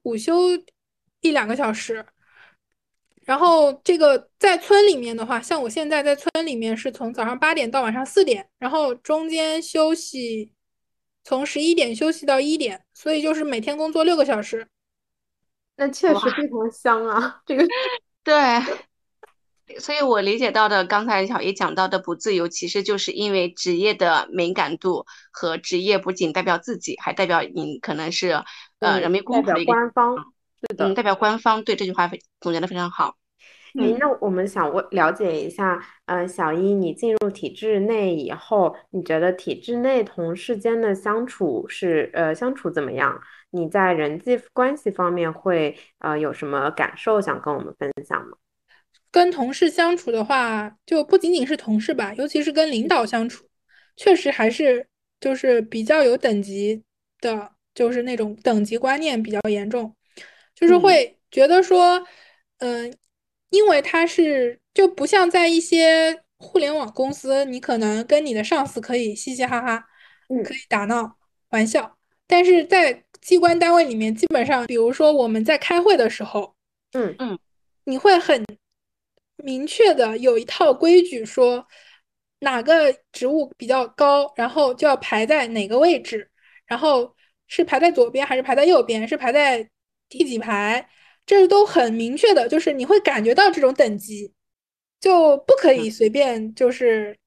1-2个小时。然后这个在村里面的话，像我现在在村里面是从早上8点到晚上4点，然后中间休息从11点休息到1点，所以就是每天工作6个小时。 那确实非常香啊，这个对。所以我理解到的，刚才小姨讲到的不自由，其实就是因为职业的敏感度和职业不仅代表自己，还代表你可能是人民公仆的一个官方。是的， 代表官方。对，这句话总结的非常好。 那我们想了解一下，小一，你进入体制内以后，你觉得体制内同事间的相处相处怎么样？你在人际关系方面会有什么感受想跟我们分享吗？ 跟同事相处的话，就不仅仅是同事吧，尤其是跟领导相处，确实还是就是比较有等级的，就是那种等级观念比较严重，就是会觉得说，因为他是就不像在一些互联网公司，你可能跟你的上司可以嘻嘻哈哈，可以打闹玩笑，但是在机关单位里面，基本上，比如说我们在开会的时候，你会很明确的有一套规矩，说哪个职务比较高，然后就要排在哪个位置，然后是排在左边还是排在右边，是排在第几排，这都很明确的，就是你会感觉到这种等级，就不可以随便就是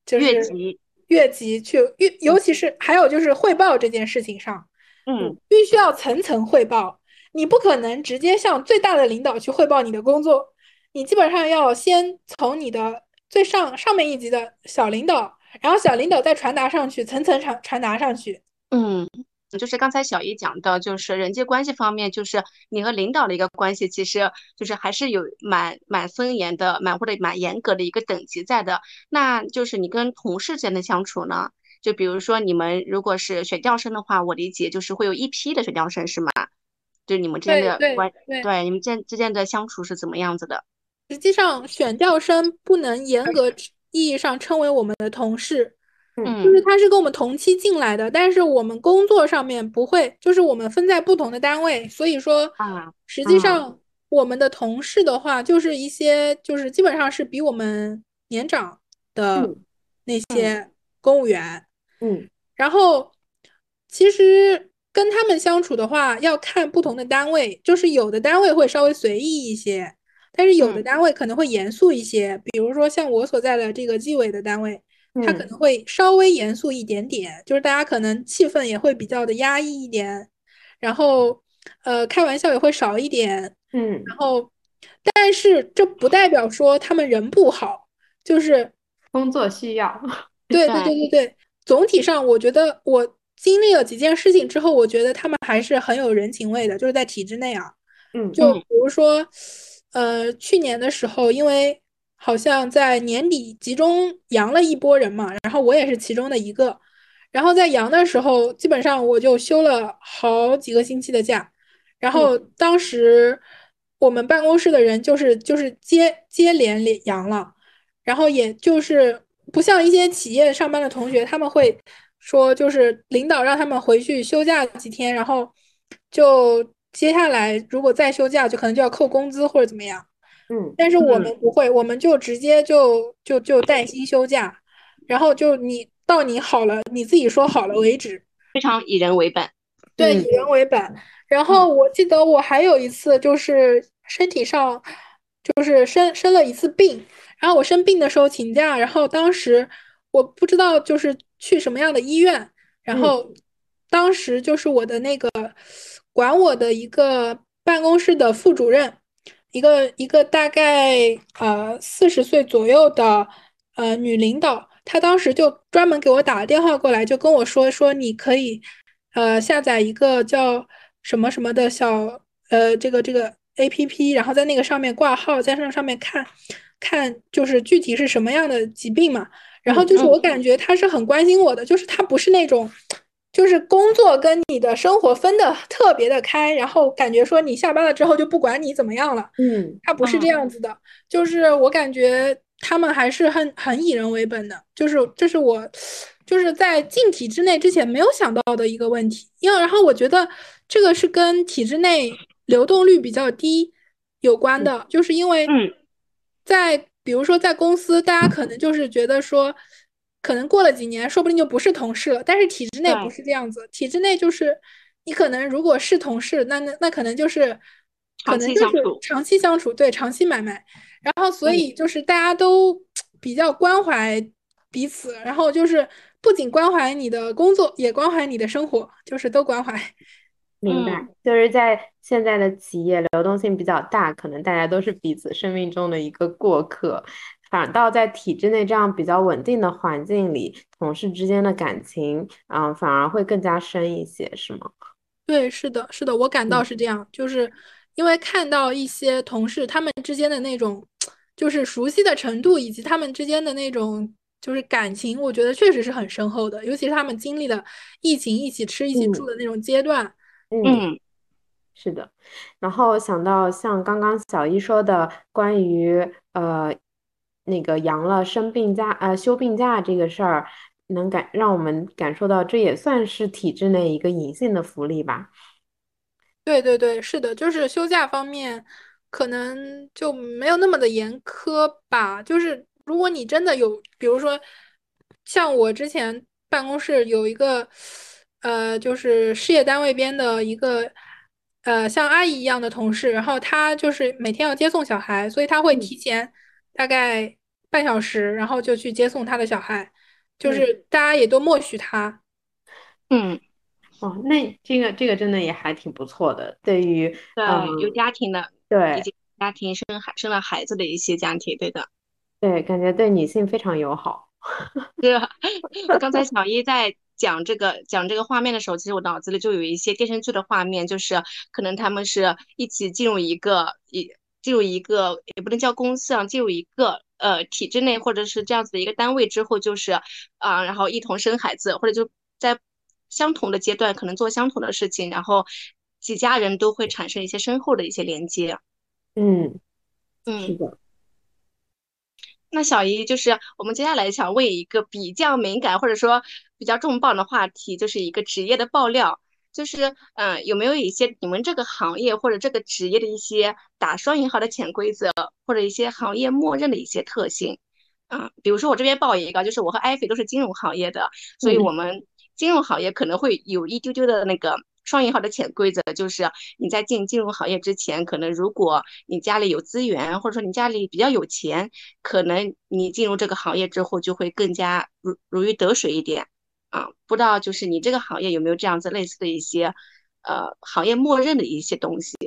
就是越级去尤其是还有就是汇报这件事情上，必须要层层汇报，你不可能直接向最大的领导去汇报你的工作，你基本上要先从你的最上面一级的小领导，然后小领导再传达上去，层层传达上去。 就是刚才小姨讲的，就是人际关系方面，就是你和领导的一个关系，其实就是还是有蛮森严的，或者蛮严格的一个等级在的。那就是你跟同事之间的相处呢，就比如说你们如果是选调生的话，我理解就是会有一批的选调生是吗？就你们之间的对你们之间的相处是怎么样子的？ 实际上，选调生不能严格意义上称为我们的同事。就是他是跟我们同期进来的，但是我们工作上面不会，就是我们分在不同的单位，所以说实际上我们的同事的话，就是一些就是基本上是比我们年长的那些公务员，然后其实跟他们相处的话，要看不同的单位，就是有的单位会稍微随意一些，但是有的单位可能会严肃一些，比如说像我所在的这个纪委的单位。他可能会稍微严肃一点点，就是大家可能气氛也会比较的压抑一点，然后开玩笑也会少一点，然后但是这不代表说他们人不好，就是工作需要。 对，总体上我觉得我经历了几件事情之后，我觉得他们还是很有人情味的，就是在体制内啊，就比如说去年的时候，因为好像在年底集中阳了一波人嘛，然后我也是其中的一个。然后在阳的时候，基本上我就休了好几个星期的假。然后当时我们办公室的人就是接连阳了，然后也就是不像一些企业上班的同学，他们会说就是领导让他们回去休假几天，然后就接下来如果再休假，就可能就要扣工资或者怎么样。但是我们不会，我们就直接就带薪休假，然后就你好了，你自己说好了为止， 非常以人为本。 对，以人为本。然后我记得我还有一次就是身体上就是生了一次病，然后我生病的时候请假，然后当时我不知道就是去什么样的医院，然后当时就是我的那个管我的一个办公室的副主任。一个大概40岁左右的女领导，她当时就专门给我打了电话过来，就跟我说你可以下载一个叫什么什么的小这个 APP， 然后在那个上面挂号，在那上面看就是具体是什么样的疾病嘛。然后就是我感觉她是很关心我的，就是她不是那种。就是工作跟你的生活分的特别的开，然后感觉说你下班了之后就不管你怎么样了，他不是这样子的，就是我感觉他们还是很以人为本的，就是这是我就是在进体制内之前没有想到的一个问题，然后我觉得这个是跟体制内流动率比较低有关的，就是因为比如说在公司，大家可能就是觉得说。可能过了几年，说不定就不是同事了。但是体制内不是这样子，体制内就是你可能如果是同事，那可能就是长期相处，对，长期买卖。然后所以就是大家都比较关怀彼此，然后就是不仅关怀你的工作，也关怀你的生活，就是都关怀。 明白，就是在现在的企业流动性比较大，可能大家都是彼此生命中的一个过客。反倒在体制内这样比较稳定的环境里，同事之间的感情，反而会更加深一些，是吗？ 对，是的，我感到是这样，就是因为看到一些同事他们之间的那种，就是熟悉的程度，以及他们之间的那种就是感情，我觉得确实是很深厚的，尤其是他们经历了疫情一起吃一起住的那种阶段。 是的。然后想到像刚刚小一说的关于那个阳了休病假这个事儿，让我们感受到这也算是体制内一个隐性的福利吧。 对，是的，就是休假方面可能就没有那么的严苛吧。就是如果你真的有，比如说像我之前办公室有一个就是事业单位边的一个像阿姨一样的同事，然后她就是每天要接送小孩，所以她会提前大概半小时，然后就去接送她的小孩。 就是大家也都默许他。 哦，那这个真的也还挺不错的，对于有家庭的， 对， 已经家庭生了孩子的一些家庭，对的。 对，感觉对女性非常友好。 是，刚才小一在讲这个画面的时候，其实我脑子里就有一些电视剧的画面，就是可能他们是一起进入一个也不能叫公司啊，进入一个体制内或者是这样子的一个单位之后，就是然后一同生孩子，或者就在相同的阶段可能做相同的事情，然后几家人都会产生一些深厚的一些连接。 嗯，是嗯。 的。 那小姨就是我们接下来想问一个比较敏感或者说比较重磅的话题，就是一个职业的爆料，就是有没有一些你们这个行业或者这个职业的一些打双引号的潜规则，或者一些行业默认的一些特性？比如说我这边报一个，就是我和艾菲都是金融行业的，所以我们金融行业可能会有一丢丢的那个双引号的潜规则，就是你在进金融行业之前，可能如果你家里有资源，或者说你家里比较有钱，可能你进入这个行业之后就会更加如鱼得水一点不知道就是你这个行业有没有这样子类似的一些行业默认的一些东西？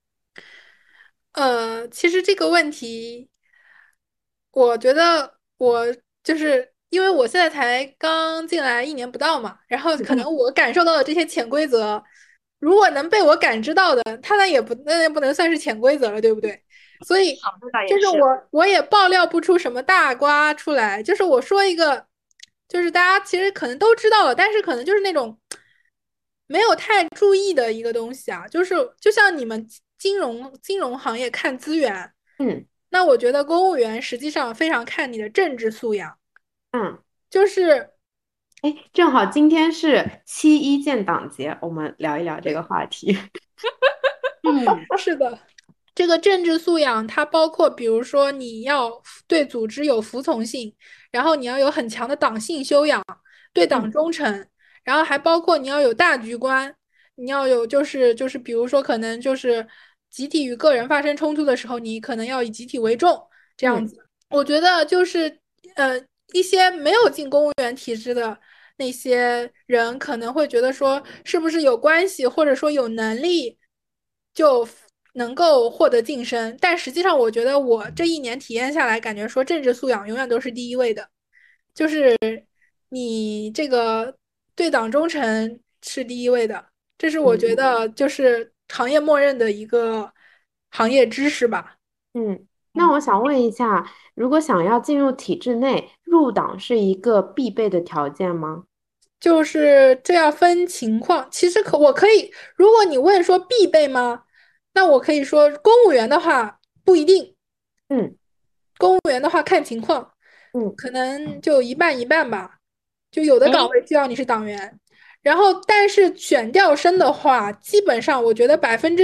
其实这个问题，我觉得我就是因为我现在才刚进来1年不到嘛，然后可能我感受到的这些潜规则，如果能被我感知到的，它那也不能算是潜规则了，对不对？所以就是我也爆料不出什么大瓜出来，就是我说一个，就是大家其实可能都知道了，但是可能就是那种没有太注意的一个东西啊，就是就像你们金融行业看资源，那我觉得公务员实际上非常看你的政治素养，就是， 哎，正好今天是7.1建党节，我们聊一聊这个话题。 是的，这个政治素养它包括，比如说你要对组织有服从性，然后你要有很强的党性修养，对党忠诚，然后还包括你要有大局观，你要有就是比如说可能就是集体与个人发生冲突的时候，你可能要以集体为重，这样子。我觉得就是一些没有进公务员体制的那些人可能会觉得说是不是有关系或者说有能力就能够获得晋升，但实际上我觉得我这1年体验下来，感觉说政治素养永远都是第一位的，就是你这个对党忠诚是第一位的，这是我觉得就是行业默认的一个行业知识吧。 那我想问一下，如果想要进入体制内，入党是一个必备的条件吗？ 就是这要分情况，其实我可以，如果你问说必备吗？那我可以说公务员的话不一定，公务员的话看情况，可能就一半一半吧，就有的岗位需要你是党员，然后但是选调生的话，基本上我觉得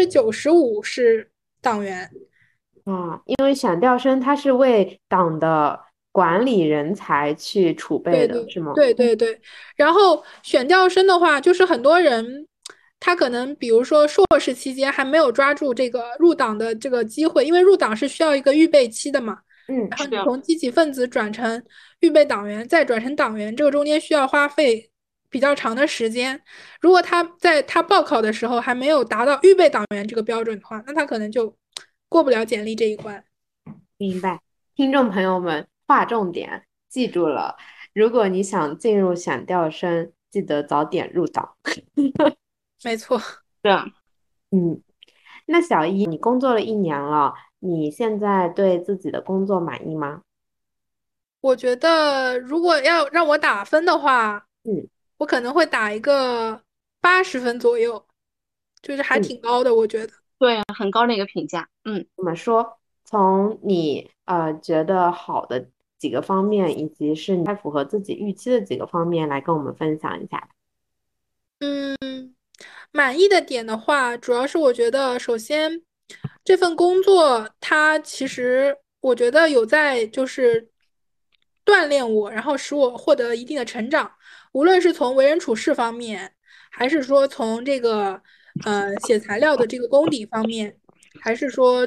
95%是党员。 因为选调生他是为党的管理人才去储备的，是吗？ 对对对，然后选调生的话，就是很多人他可能比如说硕士期间还没有抓住这个入党的这个机会，因为入党是需要一个预备期的嘛。然后你从积极分子转成预备党员，再转成党员，这个中间需要花费比较长的时间。如果他在他报考的时候还没有达到预备党员这个标准的话，那他可能就过不了简历这一关。 明白，听众朋友们，划重点，记住了。如果你想进入选调生，记得早点入党。 没错， 对， 那小一，你工作了1年了，你现在对自己的工作满意吗？ 我觉得如果要让我打分的话，我可能会打一个80分左右，就是还挺高的，我觉得。 对，很高的一个评价。 怎么说？从你觉得好的几个方面，以及是你太符合自己预期的几个方面，来跟我们分享一下。 满意的点的话，主要是我觉得，首先这份工作它其实我觉得有在就是锻炼我，然后使我获得一定的成长，无论是从为人处事方面，还是说从这个写材料的这个功底方面，还是说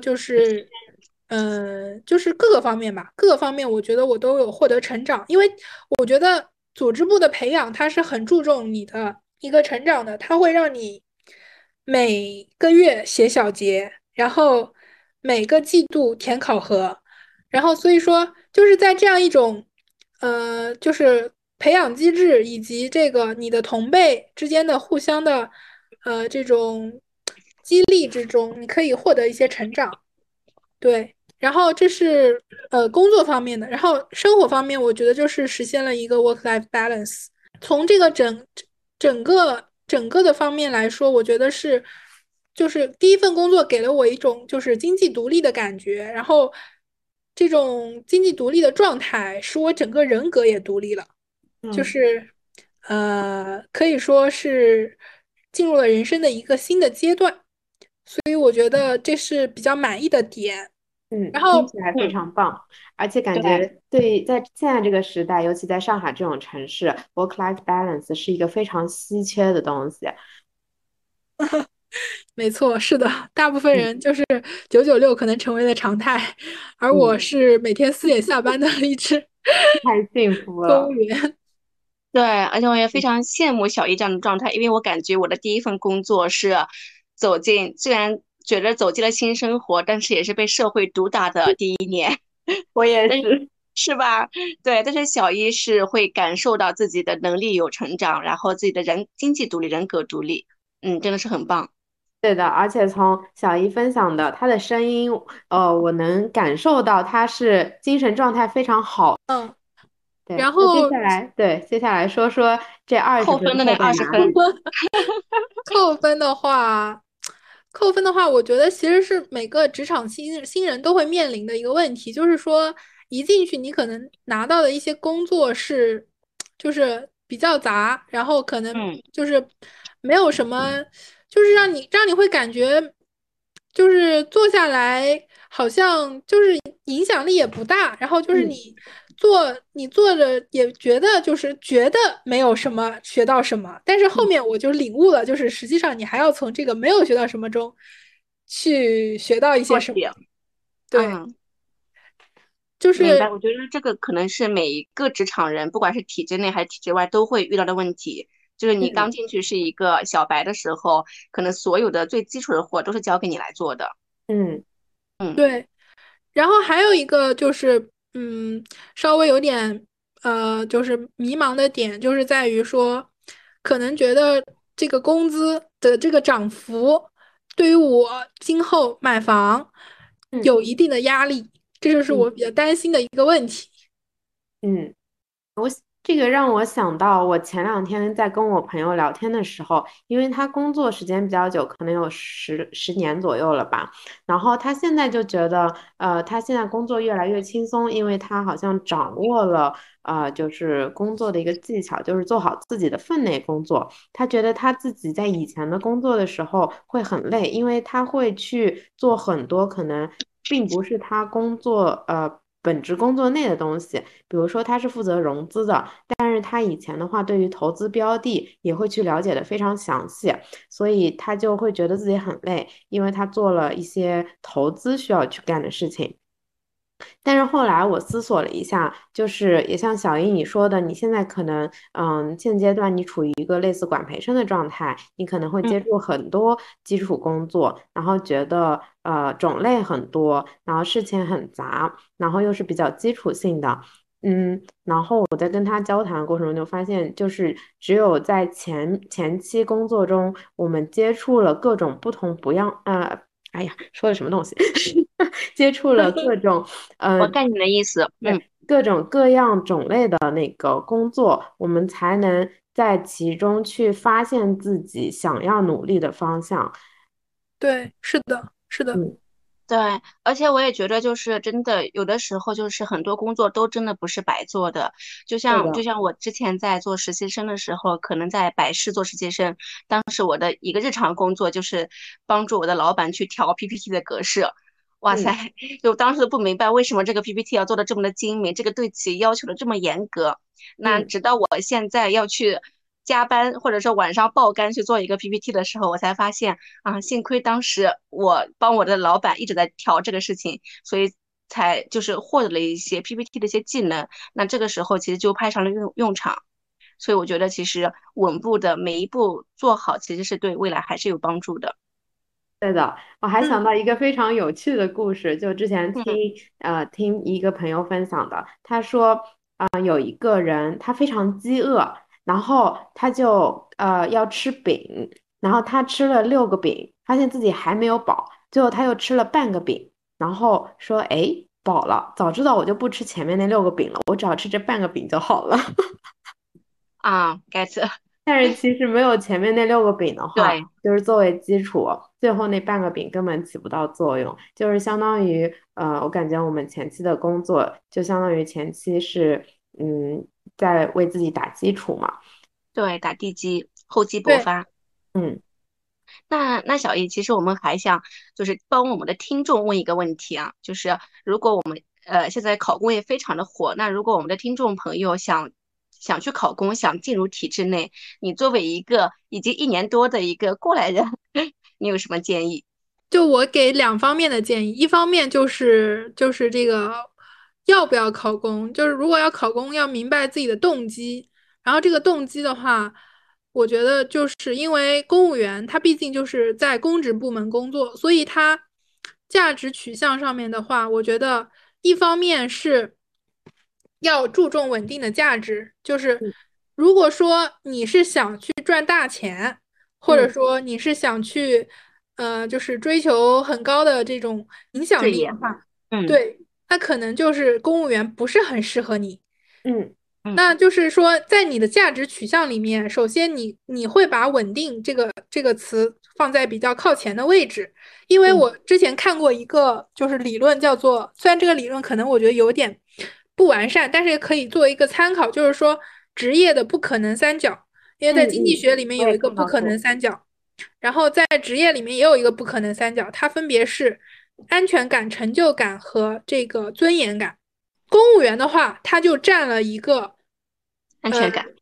就是各个方面吧，各个方面我觉得我都有获得成长，因为我觉得组织部的培养，它是很注重你的一个成长的，它会让你每个月写小结，然后每个季度填考核，然后所以说就是在这样一种就是培养机制以及这个你的同辈之间的互相的这种激励之中，你可以获得一些成长。对，然后这是工作方面的，然后生活方面，我觉得就是实现了一个 work-life balance。从这个整个的方面来说，我觉得是就是第一份工作给了我一种就是经济独立的感觉，然后这种经济独立的状态使我整个人格也独立了，就是可以说是进入了人生的一个新的阶段。所以我觉得这是比较满意的点。然后听起来非常棒，而且感觉在现在这个时代，尤其在上海这种城市，work-life balance 是一个非常稀缺的东西。 没错，是的，大部分人就是996可能成为了常态，而我是每天4点下班的一只太幸福公了。 务员。 对，而且我也非常羡慕小姨这样的状态，因为我感觉我的第一份工作是虽然觉得走进了新生活，但是也是被社会毒打的第一年， 我也但是。 是吧？对，但是小姨是会感受到自己的能力有成长，然后自己的经济独立、人格独立，真的是很棒。 对的，而且从小姨分享的她的声音，我能感受到她是精神状态非常好。对， 然后接下来说说这20分扣分的那扣在 20分， 哪里？ 扣分的话，我觉得其实是每个职场新人都会面临的一个问题，就是说一进去你可能拿到的一些工作是，就是比较杂，然后可能就是没有什么，就是让你会感觉，就是做下来好像就是影响力也不大，然后就是你做着也觉得没有什么学到什么，但是后面我就领悟了，就是实际上你还要从这个没有学到什么中去学到一些什么。对，就是明白。我觉得这个可能是每一个职场人，不管是体制内还是体制外，都会遇到的问题。就是你刚进去是一个小白的时候，可能所有的最基础的活都是交给你来做的。 对。然后还有一个就是，稍微有点就是迷茫的点，就是在于说，可能觉得这个工资的这个涨幅，对于我今后买房有一定的压力，这就是我比较担心的一个问题。 这个让我想到，我前2天在跟我朋友聊天的时候，因为他工作时间比较久，可能有十年左右了吧。然后他现在就觉得，他现在工作越来越轻松，因为他好像掌握了，就是工作的一个技巧，就是做好自己的分内工作。他觉得他自己在以前的工作的时候会很累，因为他会去做很多可能并不是他本职工作内的东西，比如说他是负责融资的，但是他以前的话对于投资标的也会去了解的非常详细，所以他就会觉得自己很累，因为他做了一些投资需要去干的事情。但是后来我思索了一下，就是也像小英你说的，你现在可能现阶段你处于一个类似管培生的状态，你可能会接触很多基础工作，然后觉得种类很多，然后事情很杂，然后又是比较基础性的。然后我在跟他交谈的过程中就发现，就是只有在前期工作中，我们接触了各种不同不样，哎呀，说的什么东西？接触了各种， 我概你的意思， 各种各样种类的那个工作，我们才能在其中去发现自己想要努力的方向。 对，是的，是的。 对，而且我也觉得，就是真的，有的时候就是很多工作都真的不是白做的。就像我之前在做实习生的时候，可能在百世做实习生，当时我的一个日常工作就是帮助我的老板去调 PPT 的格式。哇塞，就当时都不明白为什么这个 PPT 要做的这么的精美，这个对其要求的这么严格。那直到我现在要去加班或者说晚上爆肝去做一个 PPT 的时候，我才发现幸亏当时我帮我的老板一直在调这个事情，所以才就是获得了一些 PPT 的一些技能。那这个时候其实就派上了用场。 所以我觉得其实稳步的每一步做好，其实是对未来还是有帮助的。 对的，我还想到一个非常有趣的故事，就之前嗯听一个朋友分享的，他说有一个人他非常饥饿，然后他就要吃饼，然后他吃了6个饼，发现自己还没有饱，最后他又吃了半个饼，然后说诶饱了，早知道我就不吃前面那6个饼了，我只要吃这半个饼就好了。 啊，get。 但是其实没有前面那6个饼的话， 对， 就是作为基础，最后那半个饼根本起不到作用，就是相当于我感觉我们前期的工作就相当于前期是在为自己打基础嘛。 对，打地基，厚积薄对， 发。 嗯那小易，其实我们还想就是帮我们的听众问一个问题啊，就是如果我们现在考公也非常的火，那如果我们的听众朋友想去考公，想进入体制内，你作为一个已经1年多的一个过来人，你有什么建议？ 就我给2方面的建议，一方面就是这个要不要考公，就是如果要考公，要明白自己的动机。然后这个动机的话，我觉得就是因为公务员他毕竟就是在公职部门工作，所以他价值取向上面的话，我觉得一方面是要注重稳定的价值，就是如果说你是想去赚大钱，或者说你是想去就是追求很高的这种影响事业。 力的话， 嗯对，那可能就是公务员不是很适合你。 嗯那就是说，在你的价值取向里面，首先你会把稳定这个词放在比较靠前的位置，因为我之前看过一个就是理论叫做，虽然这个理论可能我觉得有点不完善，但是也可以作为一个参考，就是说职业的不可能三角，因为在经济学里面有一个不可能三角，然后在职业里面也有一个不可能三角，它分别是安全感、成就感和这个尊严感。公务员的话，他就占了一个。 安全感。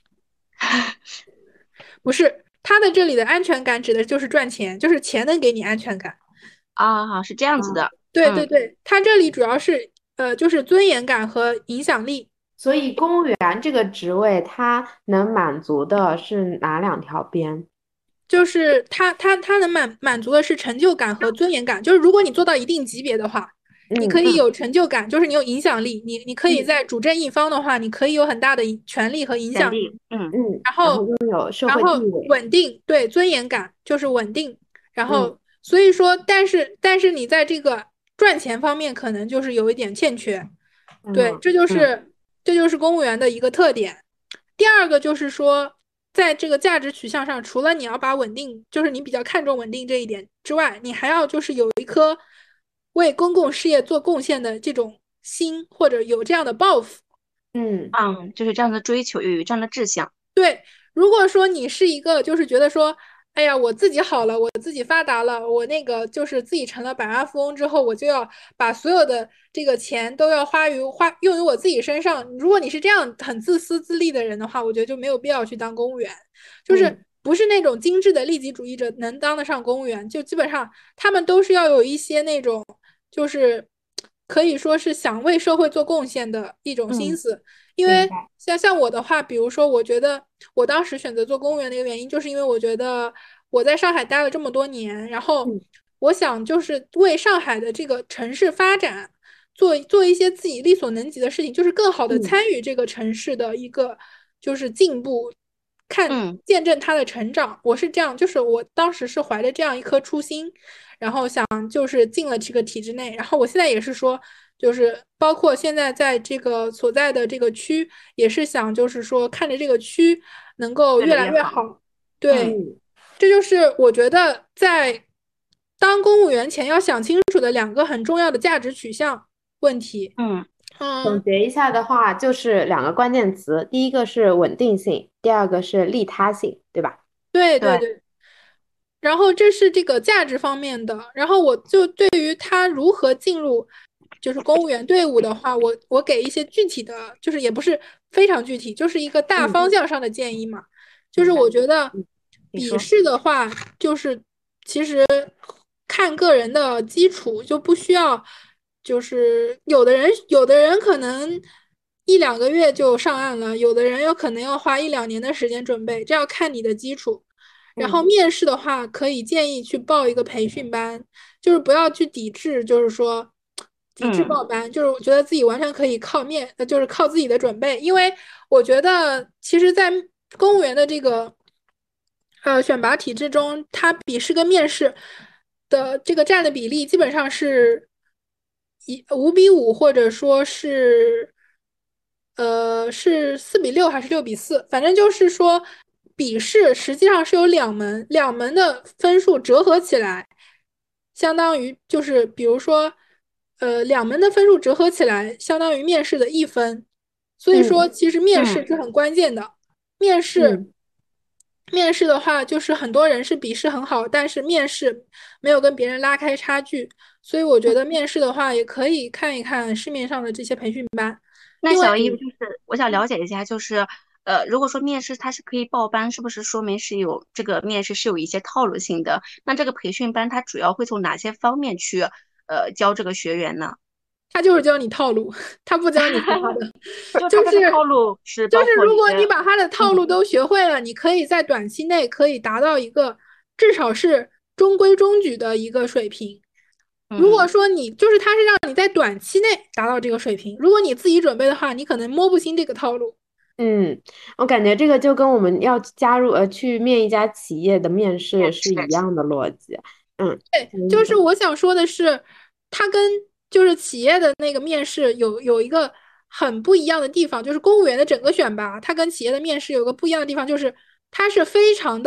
不是，他的这里的安全感指的就是赚钱，就是钱能给你安全感。 啊，是这样子的。 对对对，他这里主要是就是尊严感和影响力。 所以公务员这个职位，它能满足的是哪2条边？ 就是他能满足的是成就感和尊严感，就是如果你做到一定级别的话。你可以有成就感，就是你有影响力，你可以在主政一方的话，你可以有很大的权利和影响力，然后拥有社会地位， 稳定，对，尊严感就是稳定，然后所以说，但是你在这个赚钱方面可能就是有一点欠缺，对，这就是公务员的一个特点。第二个就是说，在这个价值取向上，除了你要把稳定，就是你比较看重稳定这一点之外，你还要就是有一颗为公共事业做贡献的这种心，或者有这样的抱负。 就是这样的追求，有这样的志向。 对，如果说你是一个就是觉得说，哎呀，我自己好了，我自己发达了，我那个就是自己成了百万富翁之后，我就要把所有的这个钱都要用于我自己身上。如果你是这样很自私自利的人的话，我觉得就没有必要去当公务员。就是不是那种精致的利己主义者能当得上公务员，就基本上他们都是要有一些那种就是可以说是想为社会做贡献的一种心思。因为像我的话，比如说，我觉得我当时选择做公务员的一个原因，就是因为我觉得我在上海待了这么多年，然后我想就是为上海的这个城市发展做一些自己力所能及的事情，就是更好的参与这个城市的一个就是进步，见证它的成长。我是这样，就是我当时是怀着这样一颗初心，然后想就是进了这个体制内，然后我现在也是说。就是包括现在在这个所在的这个区，也是想就是说看着这个区能够越来越好。对，这就是我觉得在当公务员前要想清楚的2个很重要的价值取向问题。 总结一下的话，就是2个关键词，第一个是稳定性，第2个是利他性，对吧？ 对对对。然后这是这个价值方面的，然后我就对于他如何进入。就是公务员队伍的话，我给一些具体的，就是也不是非常具体，就是一个大方向上的建议嘛。就是我觉得笔试的话，就是其实看个人的基础，就不需要，就是有的人可能 1-2个月就上岸了，有的人有可能要花1-2年的时间准备，这要看你的基础。然后面试的话，可以建议去报一个培训班，就是不要去抵制，就是说抵制报班，就是我觉得自己完全可以就是靠自己的准备，因为我觉得其实，在公务员的这个选拔体制中，它笔试跟面试的这个占的比例基本上是5:5，或者说是是4:6还是6:4，反正就是说笔试实际上是有两门的分数折合起来，相当于就是比如说两门的分数折合起来相当于面试的1分，所以说其实面试是很关键的。面试的话，就是很多人是笔试很好，但是面试没有跟别人拉开差距，所以我觉得面试的话也可以看一看市面上的这些培训班。 那小易，就是我想了解一下，就是如果说面试它是可以报班，是不是说明是有这个面试是有一些套路性的？那这个培训班它主要会从哪些方面去教这个学员呢？ 他就是教你套路，他不教你其他的。 就是套路就是如果你把他的套路都学会了，你可以在短期内可以达到一个至少是中规中矩的一个水平。如果说你就是他是让你在短期内达到这个水平，如果你自己准备的话，你可能摸不清这个套路。 我感觉这个就跟我们要加入去面一家企业的面试是一样的逻辑。 对，就是我想说的是，它跟就是企业的那个面试有一个很不一样的地方，就是公务员的整个选拔，它跟企业的面试有个不一样的地方，就是它是非常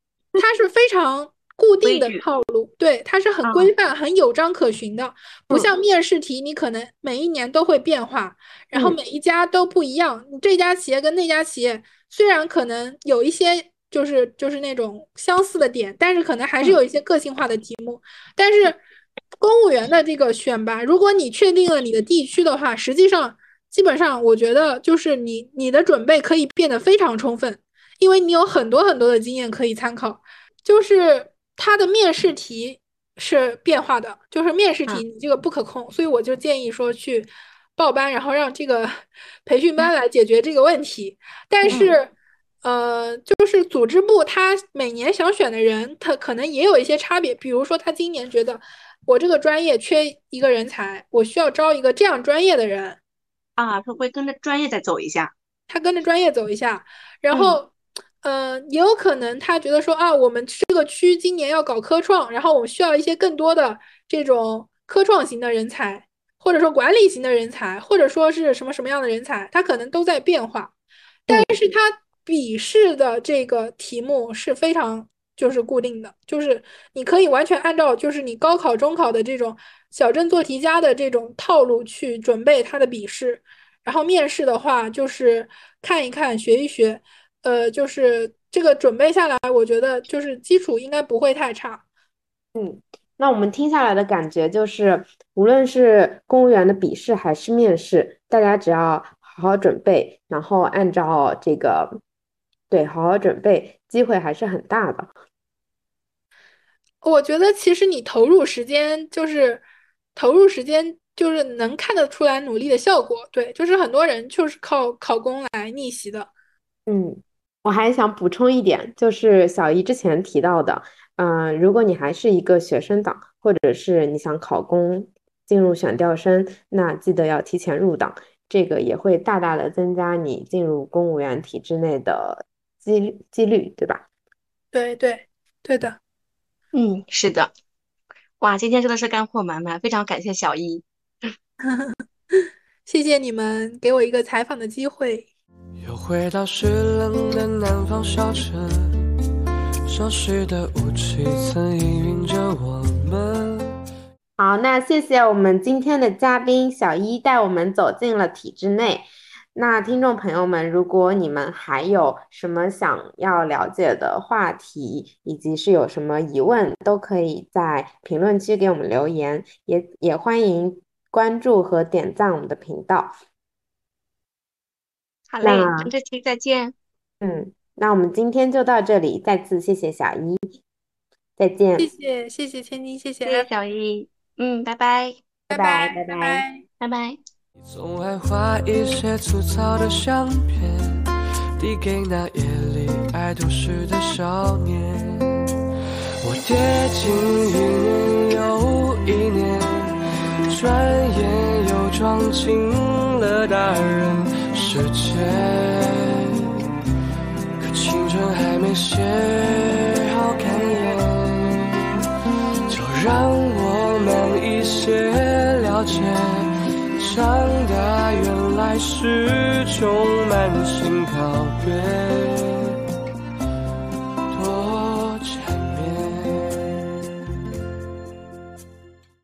固定的套路，对，它是很规范、很有章可循的，不像面试题，你可能每一年都会变化，然后每一家都不一样。你这家企业跟那家企业虽然可能有一些就是那种相似的点，但是可能还是有一些个性化的题目。但是公务员的这个选拔，如果你确定了你的地区的话，实际上基本上我觉得就是你的准备可以变得非常充分，因为你有很多很多的经验可以参考。就是它的面试题是变化的，就是面试题你这个不可控，所以我就建议说去报班，然后让这个培训班来解决这个问题。但是就是组织部他每年想选的人，他可能也有一些差别。比如说他今年觉得我这个专业缺一个人才，我需要招一个这样专业的人啊，他会跟着专业再走一下。 他跟着专业走一下，然后也有可能他觉得说啊，我们这个区今年要搞科创，然后我们需要一些更多的这种科创型的人才，或者说管理型的人才，或者说是什么什么样的人才，他可能都在变化。但是他笔试的这个题目是非常就是固定的，就是你可以完全按照就是你高考、中考的这种小镇做题家的这种套路去准备他的笔试，然后面试的话就是看一看、学一学。就是这个准备下来，我觉得就是基础应该不会太差。 那我们听下来的感觉就是，无论是公务员的笔试还是面试，大家只要好好准备，然后按照这个，对，好好准备，机会还是很大的。 我觉得其实你投入时间就是能看得出来努力的效果。对，就是很多人就是靠考公来逆袭的。 我还想补充一点，就是小姨之前提到的，如果你还是一个学生党，或者是你想考公进入选调生，那记得要提前入党，这个也会大大的增加你进入公务员体制内的几率，对吧？ 对的。 是的。哇，今天真的是干货满满，非常感谢小易。 谢谢你们给我一个采访的机会。 又回到湿冷的南方小城，熟悉的雾气曾氤氲着我们。 好，那谢谢我们今天的嘉宾小一带我们走进了体制内。那听众朋友们，如果你们还有什么想要了解的话题，以及是有什么疑问，都可以在评论区给我们留言，也欢迎关注和点赞我们的频道。 好嘞，这期再见。 那我们今天就到这里，再次谢谢小一，再见。 谢谢千金，谢谢小一，拜拜， 拜拜。 拜拜。 总爱画一些粗糙的相片，递给那夜里爱都市的少年。我跌进1年又1年，转眼又撞进了大人世界。可青春还没写好感言，就让我们一些了解，长大原来是充满新考验。